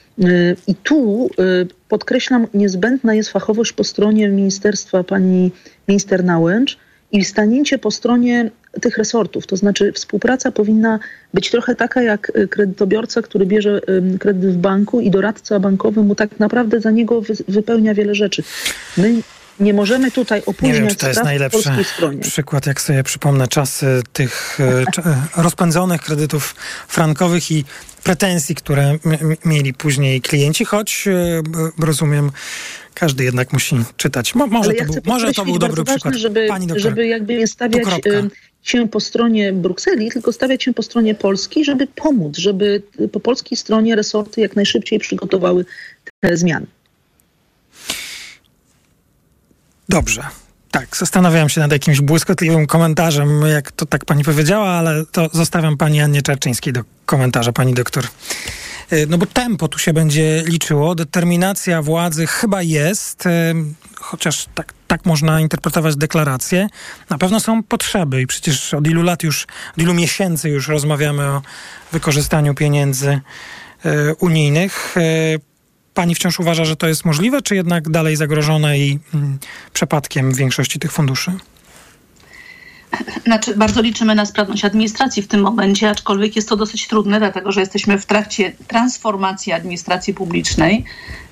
I tu podkreślam, niezbędna jest fachowość po stronie ministerstwa pani minister Nałęcz i stanięcie po stronie tych resortów. To znaczy współpraca powinna być trochę taka jak kredytobiorca, który bierze kredyt w banku i doradca bankowy mu tak naprawdę za niego wypełnia wiele rzeczy. My nie możemy tutaj opóźniać. Nie wiem, czy to jest najlepszy przykład, jak sobie przypomnę czasy tych rozpędzonych kredytów frankowych i pretensji, które mieli później klienci, choć rozumiem, każdy jednak musi czytać. Może to był dobry przykład. Żeby jakby nie stawiać się po stronie Brukseli, tylko stawiać się po stronie Polski, żeby pomóc, żeby po polskiej stronie resorty jak najszybciej przygotowały te zmiany. Dobrze. Tak, zastanawiałem się nad jakimś błyskotliwym komentarzem, jak to tak pani powiedziała, ale to zostawiam pani Annie Czarczyńskiej do komentarza, pani doktor. No bo tempo tu się będzie liczyło, determinacja władzy chyba jest, chociaż tak można interpretować deklarację. Na pewno są potrzeby i przecież od ilu miesięcy już rozmawiamy o wykorzystaniu pieniędzy unijnych. Pani wciąż uważa, że to jest możliwe, czy jednak dalej zagrożone i przepadkiem większości tych funduszy? Bardzo liczymy na sprawność administracji w tym momencie, aczkolwiek jest to dosyć trudne, dlatego że jesteśmy w trakcie transformacji administracji publicznej.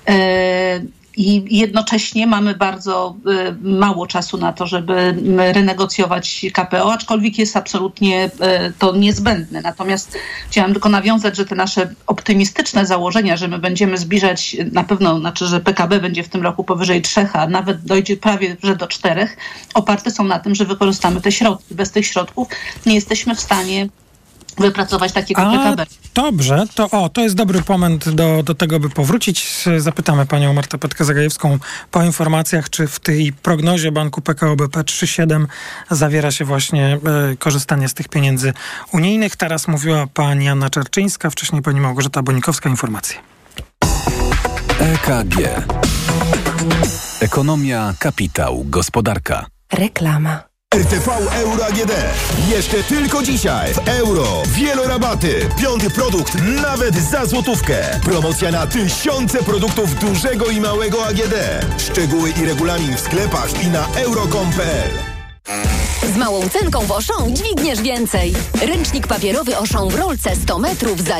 I jednocześnie mamy bardzo mało czasu na to, żeby renegocjować KPO, aczkolwiek jest absolutnie to niezbędne. Natomiast chciałam tylko nawiązać, że te nasze optymistyczne założenia, że my będziemy zbliżać na pewno, że PKB będzie w tym roku powyżej 3, a nawet dojdzie prawie że do 4, oparte są na tym, że wykorzystamy te środki. Bez tych środków nie jesteśmy w stanie wypracować takiego PKB. Dobrze, to jest dobry moment do tego, by powrócić. Zapytamy panią Martę Petkę-Zagajewską po informacjach, czy w tej prognozie banku PKO BP 3,7 zawiera się właśnie korzystanie z tych pieniędzy unijnych. Teraz mówiła pani Anna Czerczyńska, wcześniej pani Małgorzata Bonikowska. Informacje. EKG. Ekonomia, kapitał, gospodarka. Reklama. RTV Euro AGD. Jeszcze tylko dzisiaj w euro. Wielorabaty. 5. produkt nawet za złotówkę. Promocja na tysiące produktów dużego i małego AGD. Szczegóły i regulamin w sklepach i na euro.com.pl. Z małą cenką w Auchan dźwigniesz więcej. Ręcznik papierowy Auchan w rolce 100 metrów za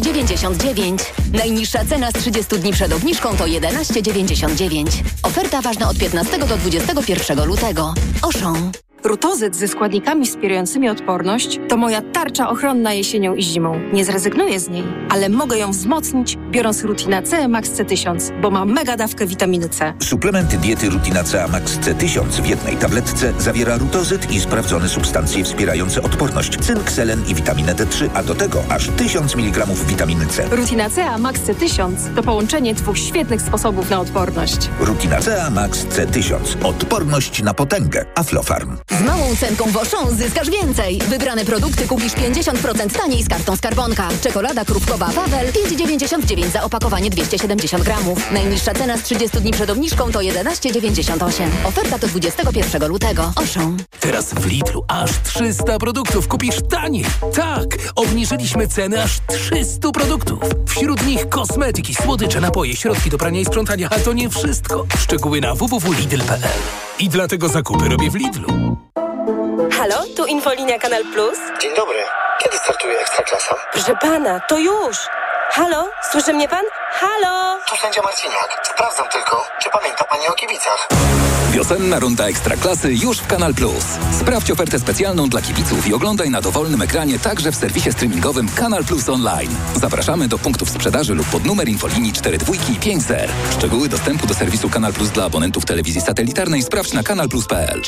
9,99. Najniższa cena z 30 dni przed obniżką to 11,99. Oferta ważna od 15 do 21 lutego. Auchan. Rutozyt ze składnikami wspierającymi odporność to moja tarcza ochronna jesienią i zimą. Nie zrezygnuję z niej, ale mogę ją wzmocnić, biorąc Rutina C Max C1000, bo ma mega dawkę witaminy C. Suplement diety Rutina C Max C1000 w jednej tabletce zawiera rutozyt i sprawdzone substancje wspierające odporność, cynk, selen i witaminę D3, a do tego aż 1000 mg witaminy C. Rutina C Max C1000 to połączenie 2 świetnych sposobów na odporność. Rutina C Max C1000. Odporność na potęgę. Aflofarm. Z małą cenką w Auchan zyskasz więcej. Wybrane produkty kupisz 50% taniej z kartą Skarbonka. Czekolada krówkowa Wawel 5,99 za opakowanie 270 gramów. Najniższa cena z 30 dni przed obniżką to 11,98. Oferta do 21 lutego. Auchan. Teraz w Lidlu aż 300 produktów kupisz taniej. Tak, obniżyliśmy ceny aż 300 produktów. Wśród nich kosmetyki, słodycze, napoje, środki do prania i sprzątania. A to nie wszystko. Szczegóły na www.lidl.pl. I dlatego zakupy robię w Lidlu. Halo, tu Infolinia Kanal Plus. Dzień dobry. Kiedy startuje Ekstraklasa? Proszę pana, to już. Halo, słyszy mnie pan? Halo? Tu sędzia Marciniak. Sprawdzam tylko, czy pamięta pani o kibicach. Wiosenna runda Ekstraklasy już w Kanal Plus. Sprawdź ofertę specjalną dla kibiców i oglądaj na dowolnym ekranie także w serwisie streamingowym Kanal Plus Online. Zapraszamy do punktów sprzedaży lub pod numer infolinii 42 i 50. Szczegóły dostępu do serwisu Kanal Plus dla abonentów telewizji satelitarnej sprawdź na kanalplus.pl.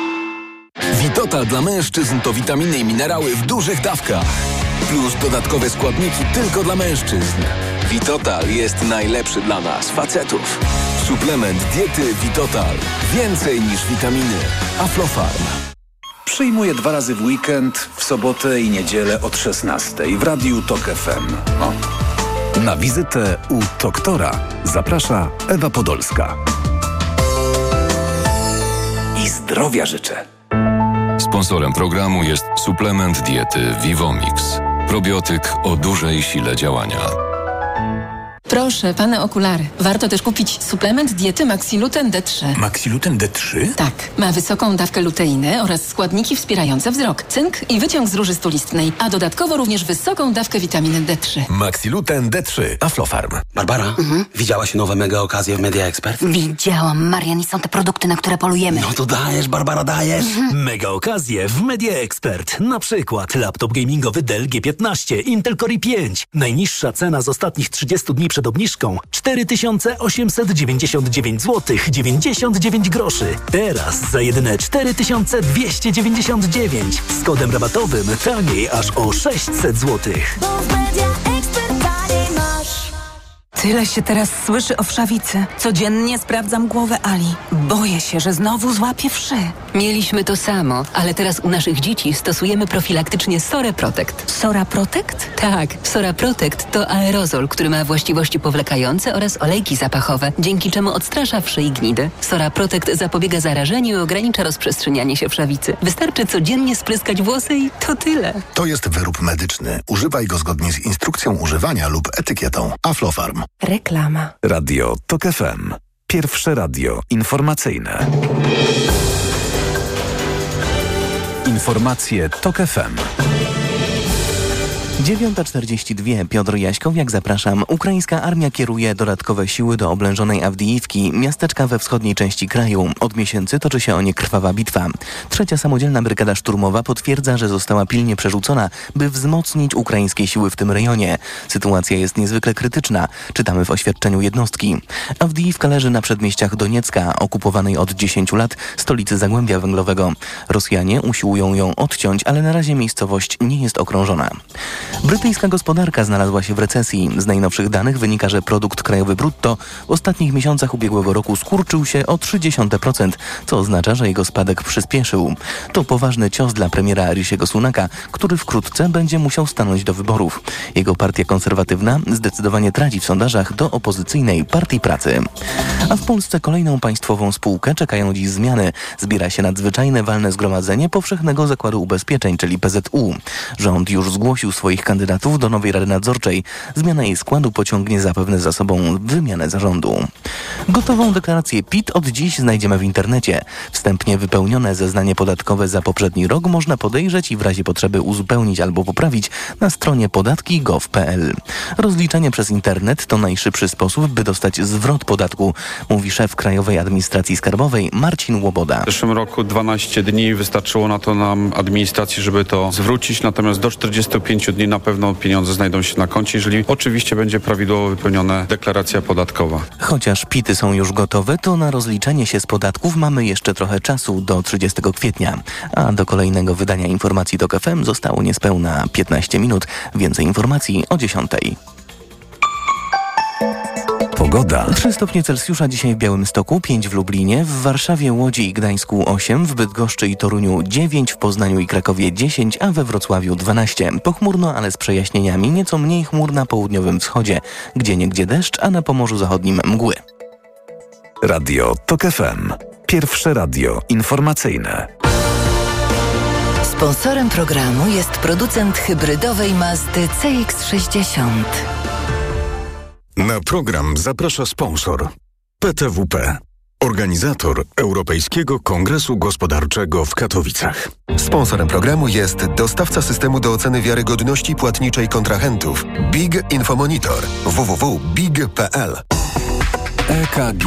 Vitotal dla mężczyzn to witaminy i minerały w dużych dawkach. Plus dodatkowe składniki tylko dla mężczyzn. Vitotal jest najlepszy dla nas, facetów. Suplement diety Vitotal. Więcej niż witaminy. Aflofarm. Przyjmuję 2 razy w weekend, w sobotę i niedzielę od 16 w Radiu TOK FM. O. Na wizytę u doktora zaprasza Ewa Podolska. I zdrowia życzę. Sponsorem programu jest suplement diety Vivomix. Probiotyk o dużej sile działania. Proszę, pane okulary. Warto też kupić suplement diety Maxiluten D3. Maxiluten D3? Tak. Ma wysoką dawkę luteiny oraz składniki wspierające wzrok, cynk i wyciąg z róży stulistnej, a dodatkowo również wysoką dawkę witaminy D3. Maxiluten D3. Aflofarm. Barbara, widziałaś nowe mega okazje w Media Expert? Widziałam, Marian, i są te produkty, na które polujemy. No to dajesz, Barbara, dajesz. Mega okazje w Media Expert. Na przykład laptop gamingowy Dell G15, Intel Core i5. Najniższa cena z ostatnich 30 dni przed obniżką 4899 zł 99 groszy. Teraz za jedyne 4299 z kodem rabatowym taniej aż o 600 zł. Tyle się teraz słyszy o wszawicy. Codziennie sprawdzam głowę Ali. Boję się, że znowu złapie wszy. Mieliśmy to samo, ale teraz u naszych dzieci stosujemy profilaktycznie Sora Protect. Sora Protect? Tak, Sora Protect to aerozol, który ma właściwości powlekające oraz olejki zapachowe, dzięki czemu odstrasza wszy i gnidy. Sora Protect zapobiega zarażeniu i ogranicza rozprzestrzenianie się wszawicy. Wystarczy codziennie spryskać włosy i to tyle. To jest wyrób medyczny. Używaj go zgodnie z instrukcją używania lub etykietą. Aflofarm. Reklama. Radio TOK FM. Pierwsze radio informacyjne. Informacje TOK FM. 9:42. Piotr Jaśkowiak, zapraszam. Ukraińska armia kieruje dodatkowe siły do oblężonej Awdijiwki, miasteczka we wschodniej części kraju. Od miesięcy toczy się o nie krwawa bitwa. 3. Samodzielna Brygada Szturmowa potwierdza, że została pilnie przerzucona, by wzmocnić ukraińskie siły w tym rejonie. Sytuacja jest niezwykle krytyczna, czytamy w oświadczeniu jednostki. Awdijiwka leży na przedmieściach Doniecka, okupowanej od 10 lat stolicy Zagłębia Węglowego. Rosjanie usiłują ją odciąć, ale na razie miejscowość nie jest okrążona. Brytyjska gospodarka znalazła się w recesji. Z najnowszych danych wynika, że produkt krajowy brutto w ostatnich miesiącach ubiegłego roku skurczył się o 0,3%, co oznacza, że jego spadek przyspieszył. To poważny cios dla premiera Rishiego Sunaka, który wkrótce będzie musiał stanąć do wyborów. Jego partia konserwatywna zdecydowanie traci w sondażach do opozycyjnej Partii Pracy. A w Polsce kolejną państwową spółkę czekają dziś zmiany. Zbiera się nadzwyczajne walne zgromadzenie Powszechnego Zakładu Ubezpieczeń, czyli PZU. Rząd już zgłosił swoich kandydatów do nowej Rady Nadzorczej. Zmiana jej składu pociągnie zapewne za sobą wymianę zarządu. Gotową deklarację PIT od dziś znajdziemy w internecie. Wstępnie wypełnione zeznanie podatkowe za poprzedni rok można podejrzeć i w razie potrzeby uzupełnić albo poprawić na stronie podatki.gov.pl. Rozliczenie przez internet to najszybszy sposób, by dostać zwrot podatku, mówi szef Krajowej Administracji Skarbowej Marcin Łoboda. W zeszłym roku 12 dni wystarczyło na to nam administracji, żeby to zwrócić, natomiast do 45 dni na pewno pieniądze znajdą się na koncie, jeżeli oczywiście będzie prawidłowo wypełniona deklaracja podatkowa. Chociaż PIT-y są już gotowe, to na rozliczenie się z podatków mamy jeszcze trochę czasu do 30 kwietnia. A do kolejnego wydania informacji TOK FM zostało niespełna 15 minut. Więcej informacji o 10:00. Pogoda. 3 stopnie Celsjusza dzisiaj w Białymstoku, 5 w Lublinie, w Warszawie, Łodzi i Gdańsku 8, w Bydgoszczy i Toruniu 9, w Poznaniu i Krakowie 10, a we Wrocławiu 12. Pochmurno, ale z przejaśnieniami, nieco mniej chmur na południowym wschodzie. Gdzieniegdzie deszcz, a na Pomorzu Zachodnim mgły. Radio TOK FM. Pierwsze radio informacyjne. Sponsorem programu jest producent hybrydowej Mazdy CX-60. Na program zaprasza sponsor PTWP, organizator Europejskiego Kongresu Gospodarczego w Katowicach. Sponsorem programu jest dostawca systemu do oceny wiarygodności płatniczej kontrahentów Big Infomonitor www.big.pl. EKG.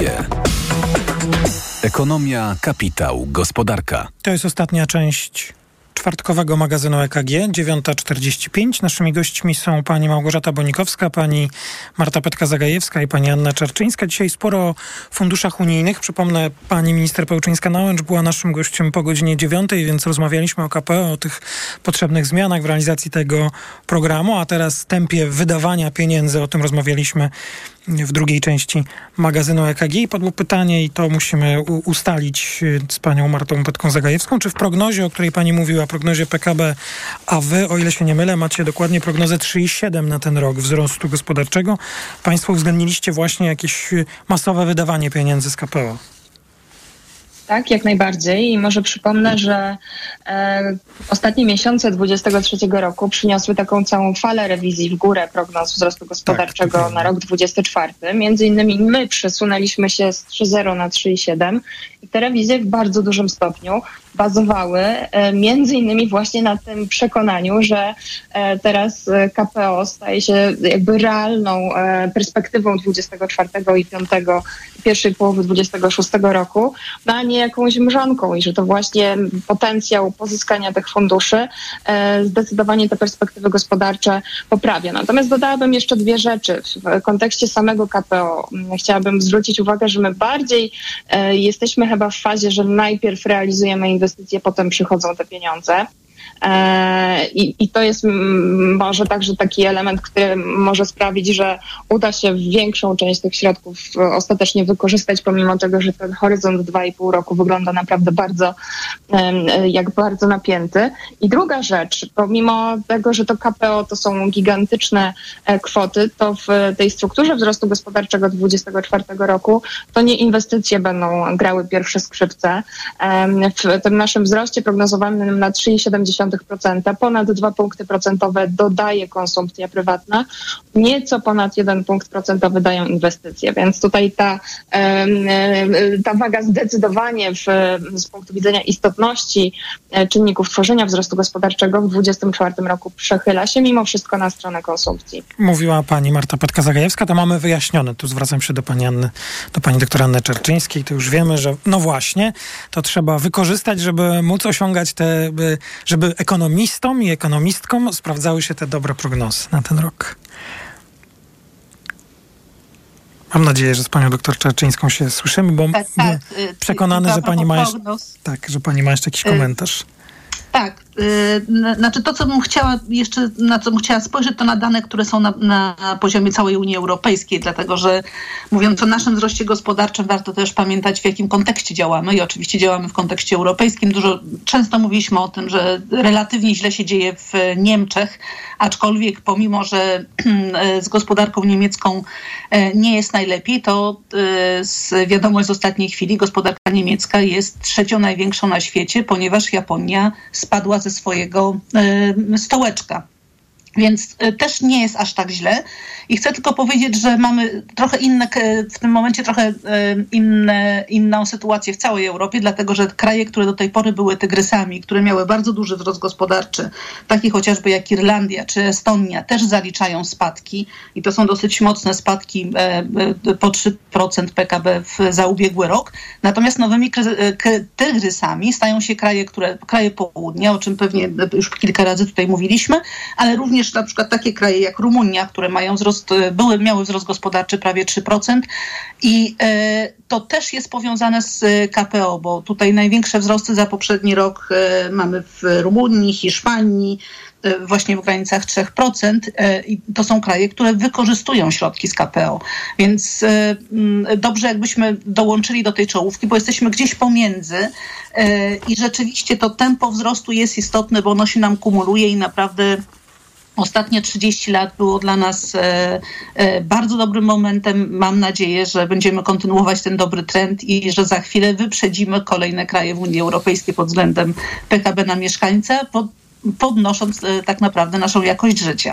Ekonomia, kapitał, gospodarka. To jest ostatnia część czwartkowego magazynu EKG, 9:45. Naszymi gośćmi są pani Małgorzata Bonikowska, pani Marta Petka-Zagajewska i pani Anna Czarczyńska. Dzisiaj sporo o funduszach unijnych. Przypomnę, pani minister Pełczyńska-Nałęcz była naszym gościem po godzinie 9:00, więc rozmawialiśmy o KPO, o tych potrzebnych zmianach w realizacji tego programu, a teraz w tempie wydawania pieniędzy, o tym rozmawialiśmy w drugiej części magazynu EKG. I padło pytanie, i to musimy ustalić z panią Martą Petką-Zagajewską, czy w prognozie, o której pani mówiła, prognozie PKB, a wy, o ile się nie mylę, macie dokładnie prognozę 3,7 na ten rok wzrostu gospodarczego. Państwo uwzględniliście właśnie jakieś masowe wydawanie pieniędzy z KPO. Tak, jak najbardziej. I może przypomnę, że ostatnie miesiące 2023 roku przyniosły taką całą falę rewizji w górę prognoz wzrostu gospodarczego na rok 2024. Między innymi my przesunęliśmy się z 3,0 na 3,7 i te rewizje w bardzo dużym stopniu bazowały między innymi właśnie na tym przekonaniu, że teraz KPO staje się jakby realną perspektywą 24 i 5, pierwszej połowy 26 roku, no a nie jakąś mrzonką i że to właśnie potencjał pozyskania tych funduszy zdecydowanie te perspektywy gospodarcze poprawia. Natomiast dodałabym jeszcze dwie rzeczy. W kontekście samego KPO chciałabym zwrócić uwagę, że my bardziej jesteśmy chyba w fazie, że najpierw realizujemy inwestycje, potem przychodzą te pieniądze. I to jest może także taki element, który może sprawić, że uda się większą część tych środków ostatecznie wykorzystać, pomimo tego, że ten horyzont 2,5 roku wygląda naprawdę bardzo napięty. I druga rzecz, pomimo tego, że to KPO to są gigantyczne kwoty, to w tej strukturze wzrostu gospodarczego 2024 roku to nie inwestycje będą grały pierwsze skrzypce. W tym naszym wzroście prognozowanym na 3,7 0,2%, ponad 2 punkty procentowe dodaje konsumpcja prywatna, nieco ponad 1 punkt procentowy dają inwestycje, więc tutaj ta waga zdecydowanie z punktu widzenia istotności czynników tworzenia wzrostu gospodarczego w 2024 roku przechyla się mimo wszystko na stronę konsumpcji. Mówiła pani Marta Patka-Zagajewska, to mamy wyjaśnione. Tu zwracam się do pani doktor Anny Czerczyńskiej. To już wiemy, że no właśnie, to trzeba wykorzystać, żeby móc osiągać żeby ekonomistom i ekonomistkom sprawdzały się te dobre prognozy na ten rok. Mam nadzieję, że z panią doktor Czerczyńską się słyszymy, bo byłem przekonany, że pani ma jeszcze jakiś komentarz. Tak, znaczy to, co bym chciała jeszcze, na co bym chciała spojrzeć, to na dane, które są na poziomie całej Unii Europejskiej, dlatego że mówiąc o naszym wzroście gospodarczym, warto też pamiętać, w jakim kontekście działamy i oczywiście działamy w kontekście europejskim. Często mówiliśmy o tym, że relatywnie źle się dzieje w Niemczech, aczkolwiek pomimo, że z gospodarką niemiecką nie jest najlepiej, to wiadomość z ostatniej chwili, gospodarka niemiecka jest trzecią największą na świecie, ponieważ Japonia spadła ze swojego stołeczka. Więc też nie jest aż tak źle. I chcę tylko powiedzieć, że mamy w tym momencie trochę inną sytuację w całej Europie, dlatego że kraje, które do tej pory były tygrysami, które miały bardzo duży wzrost gospodarczy, takie chociażby jak Irlandia czy Estonia, też zaliczają spadki i to są dosyć mocne spadki po 3% PKB za ubiegły rok. Natomiast nowymi tygrysami stają się kraje południa, o czym pewnie już kilka razy tutaj mówiliśmy, ale również na przykład takie kraje jak Rumunia, które miały wzrost gospodarczy prawie 3% i to też jest powiązane z KPO, bo tutaj największe wzrosty za poprzedni rok mamy w Rumunii, Hiszpanii, właśnie w granicach 3% i to są kraje, które wykorzystują środki z KPO. Więc dobrze jakbyśmy dołączyli do tej czołówki, bo jesteśmy gdzieś pomiędzy i rzeczywiście to tempo wzrostu jest istotne, bo ono się nam kumuluje i naprawdę ostatnie 30 lat było dla nas bardzo dobrym momentem. Mam nadzieję, że będziemy kontynuować ten dobry trend i że za chwilę wyprzedzimy kolejne kraje w Unii Europejskiej pod względem PKB na mieszkańca, podnosząc tak naprawdę naszą jakość życia.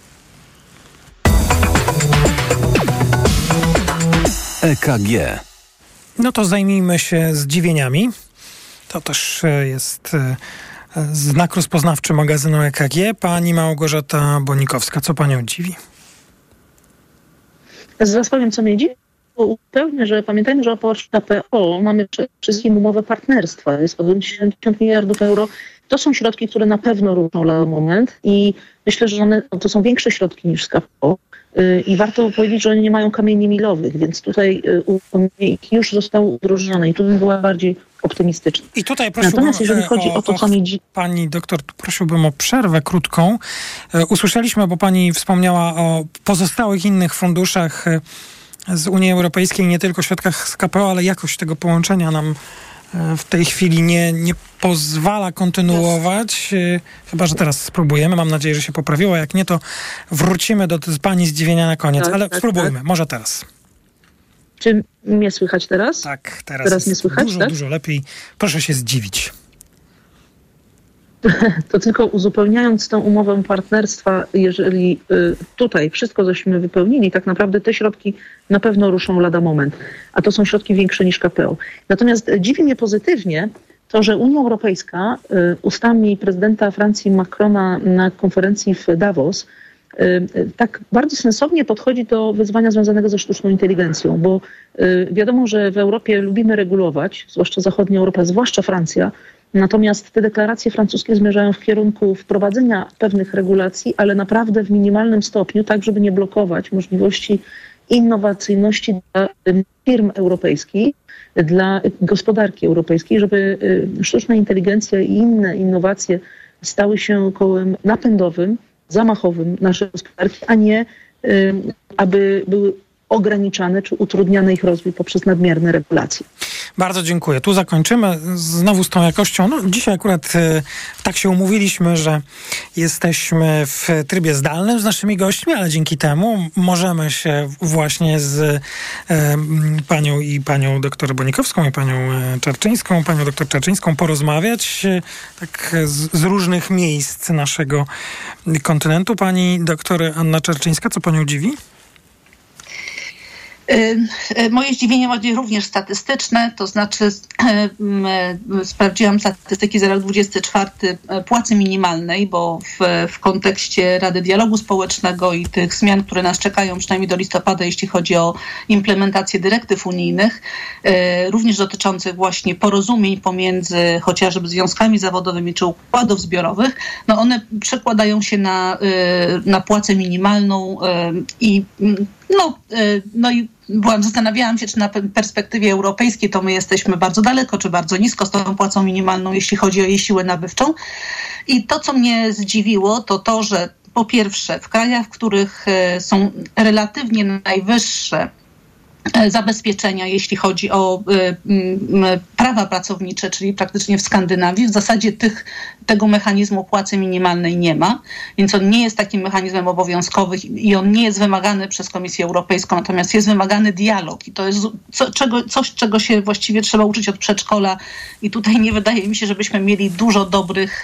EKG. No to zajmijmy się zdziwieniami. To też jest znak rozpoznawczy magazynu EKG. Pani Małgorzata Bonikowska, co panią dziwi? Zaraz powiem, co mnie dziwi. Upewnię, że pamiętajmy, że oprócz KPO mamy przede wszystkim umowę partnerstwa. Jest to 70 miliardów euro. To są środki, które na pewno ruszą na moment i myślę, że to są większe środki niż z KPO. I warto powiedzieć, że oni nie mają kamieni milowych, więc tutaj ich już zostało udrożnione i tu bym była bardziej optymistyczna. I tutaj prosiłbym, natomiast jeżeli chodzi o to, co mnie dziwi... Pani doktor, prosiłbym o przerwę krótką. Usłyszeliśmy, bo pani wspomniała o pozostałych innych funduszach z Unii Europejskiej, nie tylko środkach z KPO, ale jakość tego połączenia nam w tej chwili nie pozwala kontynuować. Chyba że teraz spróbujemy. Mam nadzieję, że się poprawiło. Jak nie, to wrócimy do pani zdziwienia na koniec. Ale spróbujmy. Może teraz. Czy mnie słychać teraz? Tak, teraz mnie słychać, dużo lepiej. Proszę się zdziwić. To tylko uzupełniając tą umowę partnerstwa, jeżeli tutaj wszystko żeśmy wypełnili, tak naprawdę te środki na pewno ruszą lada moment, a to są środki większe niż KPO. Natomiast dziwi mnie pozytywnie to, że Unia Europejska ustami prezydenta Francji Macrona na konferencji w Davos tak bardzo sensownie podchodzi do wyzwania związanego ze sztuczną inteligencją, bo wiadomo, że w Europie lubimy regulować, zwłaszcza zachodnia Europa, zwłaszcza Francja. Natomiast te deklaracje francuskie zmierzają w kierunku wprowadzenia pewnych regulacji, ale naprawdę w minimalnym stopniu, tak żeby nie blokować możliwości innowacyjności dla firm europejskich, dla gospodarki europejskiej, żeby sztuczna inteligencja i inne innowacje stały się kołem napędowym, zamachowym naszej gospodarki, a nie aby były ograniczane czy utrudniane ich rozwój poprzez nadmierne regulacje. Bardzo dziękuję. Tu zakończymy znowu z tą jakością. No, dzisiaj akurat tak się umówiliśmy, że jesteśmy w trybie zdalnym z naszymi gośćmi, ale dzięki temu możemy się właśnie z panią doktor Bonikowską i panią doktor Czarczyńską porozmawiać tak z różnych miejsc naszego kontynentu. Pani doktor Anna Czarczyńska, co panią dziwi? Moje zdziwienie będzie również statystyczne, to znaczy sprawdziłam statystyki za rok 2024 płacy minimalnej, bo w kontekście Rady Dialogu Społecznego i tych zmian, które nas czekają przynajmniej do listopada, jeśli chodzi o implementację dyrektyw unijnych, również dotyczących właśnie porozumień pomiędzy chociażby związkami zawodowymi czy układów zbiorowych, no one przekładają się na płacę minimalną i zastanawiałam się, czy na perspektywie europejskiej to my jesteśmy bardzo daleko, czy bardzo nisko z tą płacą minimalną, jeśli chodzi o jej siłę nabywczą. I to, co mnie zdziwiło, to, że po pierwsze w krajach, w których są relatywnie najwyższe zabezpieczenia, jeśli chodzi o prawa pracownicze, czyli praktycznie w Skandynawii, w zasadzie tego mechanizmu płacy minimalnej nie ma, więc on nie jest takim mechanizmem obowiązkowym i on nie jest wymagany przez Komisję Europejską, natomiast jest wymagany dialog i to jest coś, czego się właściwie trzeba uczyć od przedszkola i tutaj nie wydaje mi się, żebyśmy mieli dużo dobrych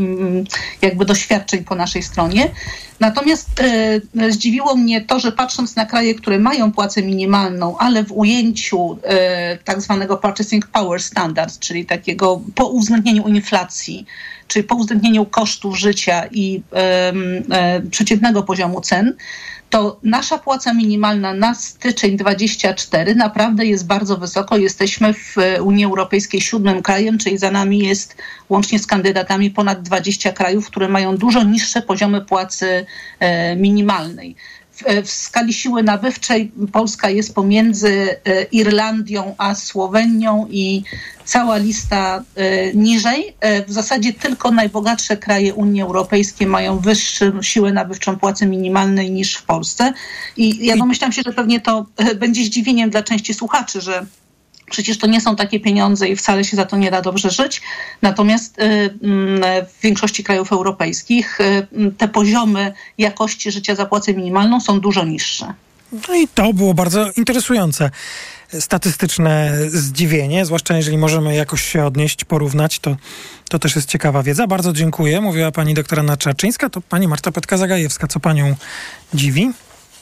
jakby doświadczeń po naszej stronie. Natomiast zdziwiło mnie to, że patrząc na kraje, które mają płacę minimalną, ale w ujęciu tak zwanego purchasing power standards, czyli takiego po uwzględnieniu inflacji, czyli po uwzględnieniu kosztów życia i przeciętnego poziomu cen, to nasza płaca minimalna na styczeń 2024 naprawdę jest bardzo wysoko. Jesteśmy w Unii Europejskiej 7. krajem, czyli za nami jest łącznie z kandydatami ponad 20 krajów, które mają dużo niższe poziomy płacy minimalnej. W skali siły nabywczej Polska jest pomiędzy Irlandią a Słowenią i cała lista niżej. W zasadzie tylko najbogatsze kraje Unii Europejskiej mają wyższą siłę nabywczą płacy minimalnej niż w Polsce. I ja domyślam się, że pewnie to będzie zdziwieniem dla części słuchaczy, że przecież to nie są takie pieniądze i wcale się za to nie da dobrze żyć. Natomiast w większości krajów europejskich te poziomy jakości życia za płacę minimalną są dużo niższe. No i to było bardzo interesujące statystyczne zdziwienie, zwłaszcza jeżeli możemy jakoś się odnieść, porównać, to też jest ciekawa wiedza. Bardzo dziękuję. Mówiła pani doktor Anna Czarczyńska, to pani Marta Petka-Zagajewska. Co panią dziwi?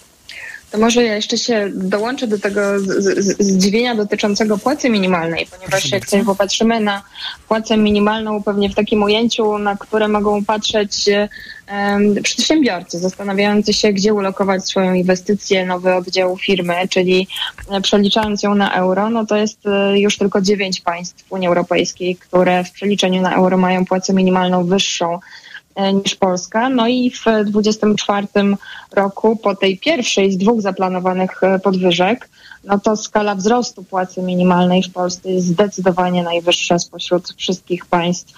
To może ja jeszcze się dołączę do tego zdziwienia dotyczącego płacy minimalnej, ponieważ jak sobie popatrzymy na płacę minimalną pewnie w takim ujęciu, na które mogą patrzeć przedsiębiorcy zastanawiający się, gdzie ulokować swoją inwestycję, nowy oddział firmy, czyli przeliczając ją na euro, no to jest już tylko 9 państw Unii Europejskiej, które w przeliczeniu na euro mają płacę minimalną wyższą niż Polska. No i w 2024 roku po tej pierwszej z 2 zaplanowanych podwyżek, no to skala wzrostu płacy minimalnej w Polsce jest zdecydowanie najwyższa spośród wszystkich państw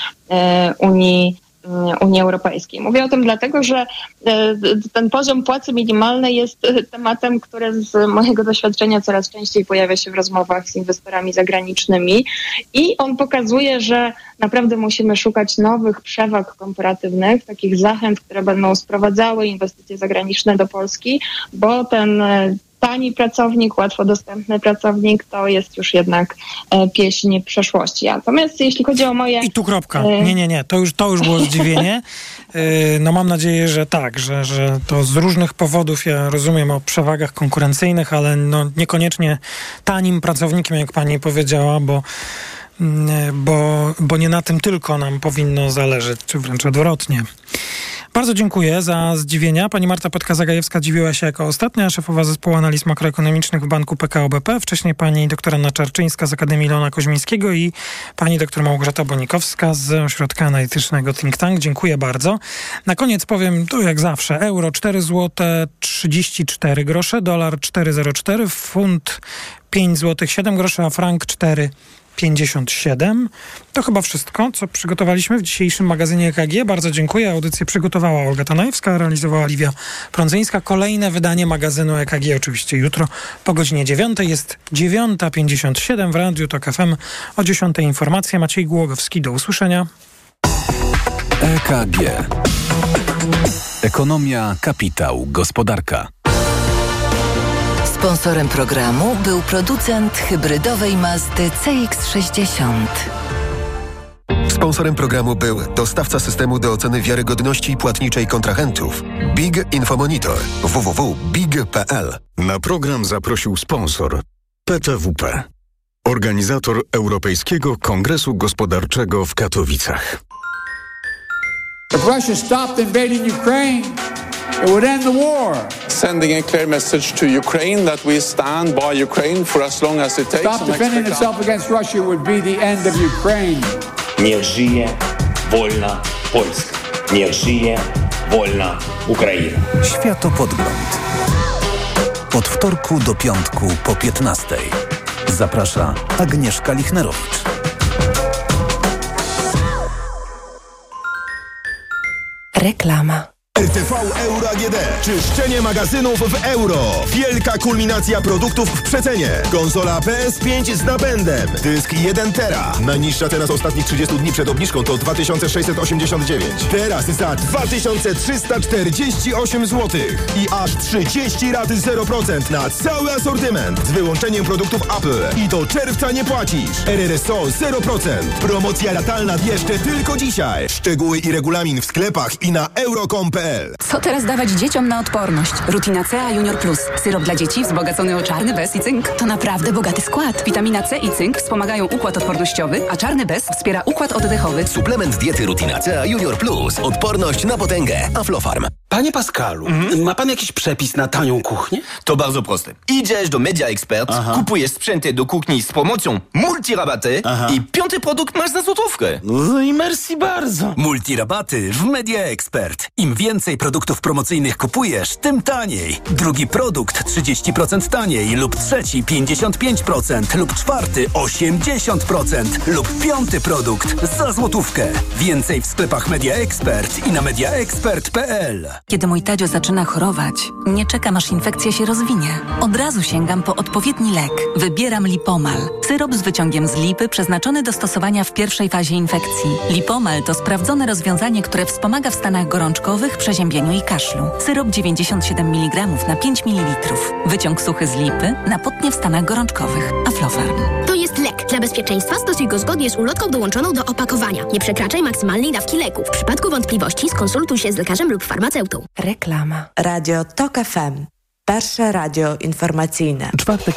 Unii Europejskiej. Mówię o tym dlatego, że ten poziom płacy minimalnej jest tematem, który z mojego doświadczenia coraz częściej pojawia się w rozmowach z inwestorami zagranicznymi i on pokazuje, że naprawdę musimy szukać nowych przewag komparatywnych, takich zachęt, które będą sprowadzały inwestycje zagraniczne do Polski, bo ten tani pracownik, łatwo dostępny pracownik, to jest już jednak pieśń przeszłości. Natomiast jeśli chodzi o moje... I tu kropka. Nie. To już było zdziwienie. No mam nadzieję, że tak, że to z różnych powodów, ja rozumiem o przewagach konkurencyjnych, ale no niekoniecznie tanim pracownikiem, jak pani powiedziała, bo nie na tym tylko nam powinno zależeć, czy wręcz odwrotnie. Bardzo dziękuję za zdziwienia. Pani Marta Petka-Zagajewska dziwiła się jako ostatnia, szefowa zespołu analiz makroekonomicznych w Banku PKO BP. Wcześniej pani doktor Anna Czarczyńska z Akademii Leona Koźmińskiego i pani doktor Małgorzata Bonikowska z Ośrodka Analitycznego Think Tank. Dziękuję bardzo. Na koniec powiem, to jak zawsze, euro 4 zł 34 grosze, dolar 4,04, funt 5 zł 7 groszy, a frank 4,15. 57. To chyba wszystko, co przygotowaliśmy w dzisiejszym magazynie EKG. Bardzo dziękuję. Audycję przygotowała Olga Tanajewska, realizowała Liwia Prądzyńska. Kolejne wydanie magazynu EKG oczywiście jutro po godzinie 9. Jest 9:57 w Radiu Tok FM. O 10:00 informacja. Maciej Głogowski. Do usłyszenia. EKG. Ekonomia, kapitał, gospodarka. Sponsorem programu był producent hybrydowej Mazdy CX-60. Sponsorem programu był dostawca systemu do oceny wiarygodności płatniczej kontrahentów BIG Infomonitor www.big.pl. Na program zaprosił sponsor PTWP, organizator Europejskiego Kongresu Gospodarczego w Katowicach. If Russia stopped invading Ukraine, it would end the war. Sending a clear message to Ukraine that we stand by Ukraine for as long as it takes. Stop defending itself against Russia would be the end of Ukraine. Niech żyje wolna Polska. Niech żyje wolna Ukraina. Światopodgląd. Od wtorku do piątku po 15:00. Zaprasza Agnieszka Lichnerowicz. Reklama. RTV Euro AGD. Czyszczenie magazynów w euro. Wielka kulminacja produktów w przecenie. Konsola PS5 z napędem. Dysk 1 tera. Najniższa cena z ostatnich 30 dni przed obniżką to 2689. Teraz za 2348 zł. I aż 30 rat 0% na cały asortyment. Z wyłączeniem produktów Apple. I do czerwca nie płacisz. RRSO 0%. Promocja ratalna jeszcze tylko dzisiaj. Szczegóły i regulamin w sklepach i na euro.com.pl. Co teraz dawać dzieciom na odporność? Rutina C Junior Plus. Syrop dla dzieci wzbogacony o czarny bez i cynk. To naprawdę bogaty skład. Witamina C i cynk wspomagają układ odpornościowy, a czarny bez wspiera układ oddechowy. Suplement diety Rutina C Junior Plus. Odporność na potęgę. Aflofarm. Panie Pascalu, ma pan jakiś przepis na tanią kuchnię? To bardzo proste. Idziesz do Media Expert, kupujesz sprzęty do kuchni z promocją multirabaty i 5. produkt masz za złotówkę. No i merci bardzo. Multirabaty w Media Expert. Im więcej produktów promocyjnych kupujesz, tym taniej. Drugi produkt 30% taniej lub trzeci 55% lub czwarty 80% lub 5. produkt za złotówkę. Więcej w sklepach Media Expert i na mediaexpert.pl. Kiedy mój Tadzio zaczyna chorować, nie czekam aż infekcja się rozwinie. Od razu sięgam po odpowiedni lek. Wybieram Lipomal. Syrop z wyciągiem z lipy przeznaczony do stosowania w pierwszej fazie infekcji. Lipomal to sprawdzone rozwiązanie, które wspomaga w stanach gorączkowych, przeziębieniu i kaszlu. Syrop 97 mg na 5 ml. Wyciąg suchy z lipy na potnie w stanach gorączkowych. Aflofarm. To jest lek. Dla bezpieczeństwa stosuj go zgodnie z ulotką dołączoną do opakowania. Nie przekraczaj maksymalnej dawki leku. W przypadku wątpliwości skonsultuj się z lekarzem lub farmaceutą. Reklama. Radio Tok FM. Pierwsze radio informacyjne. Czwartek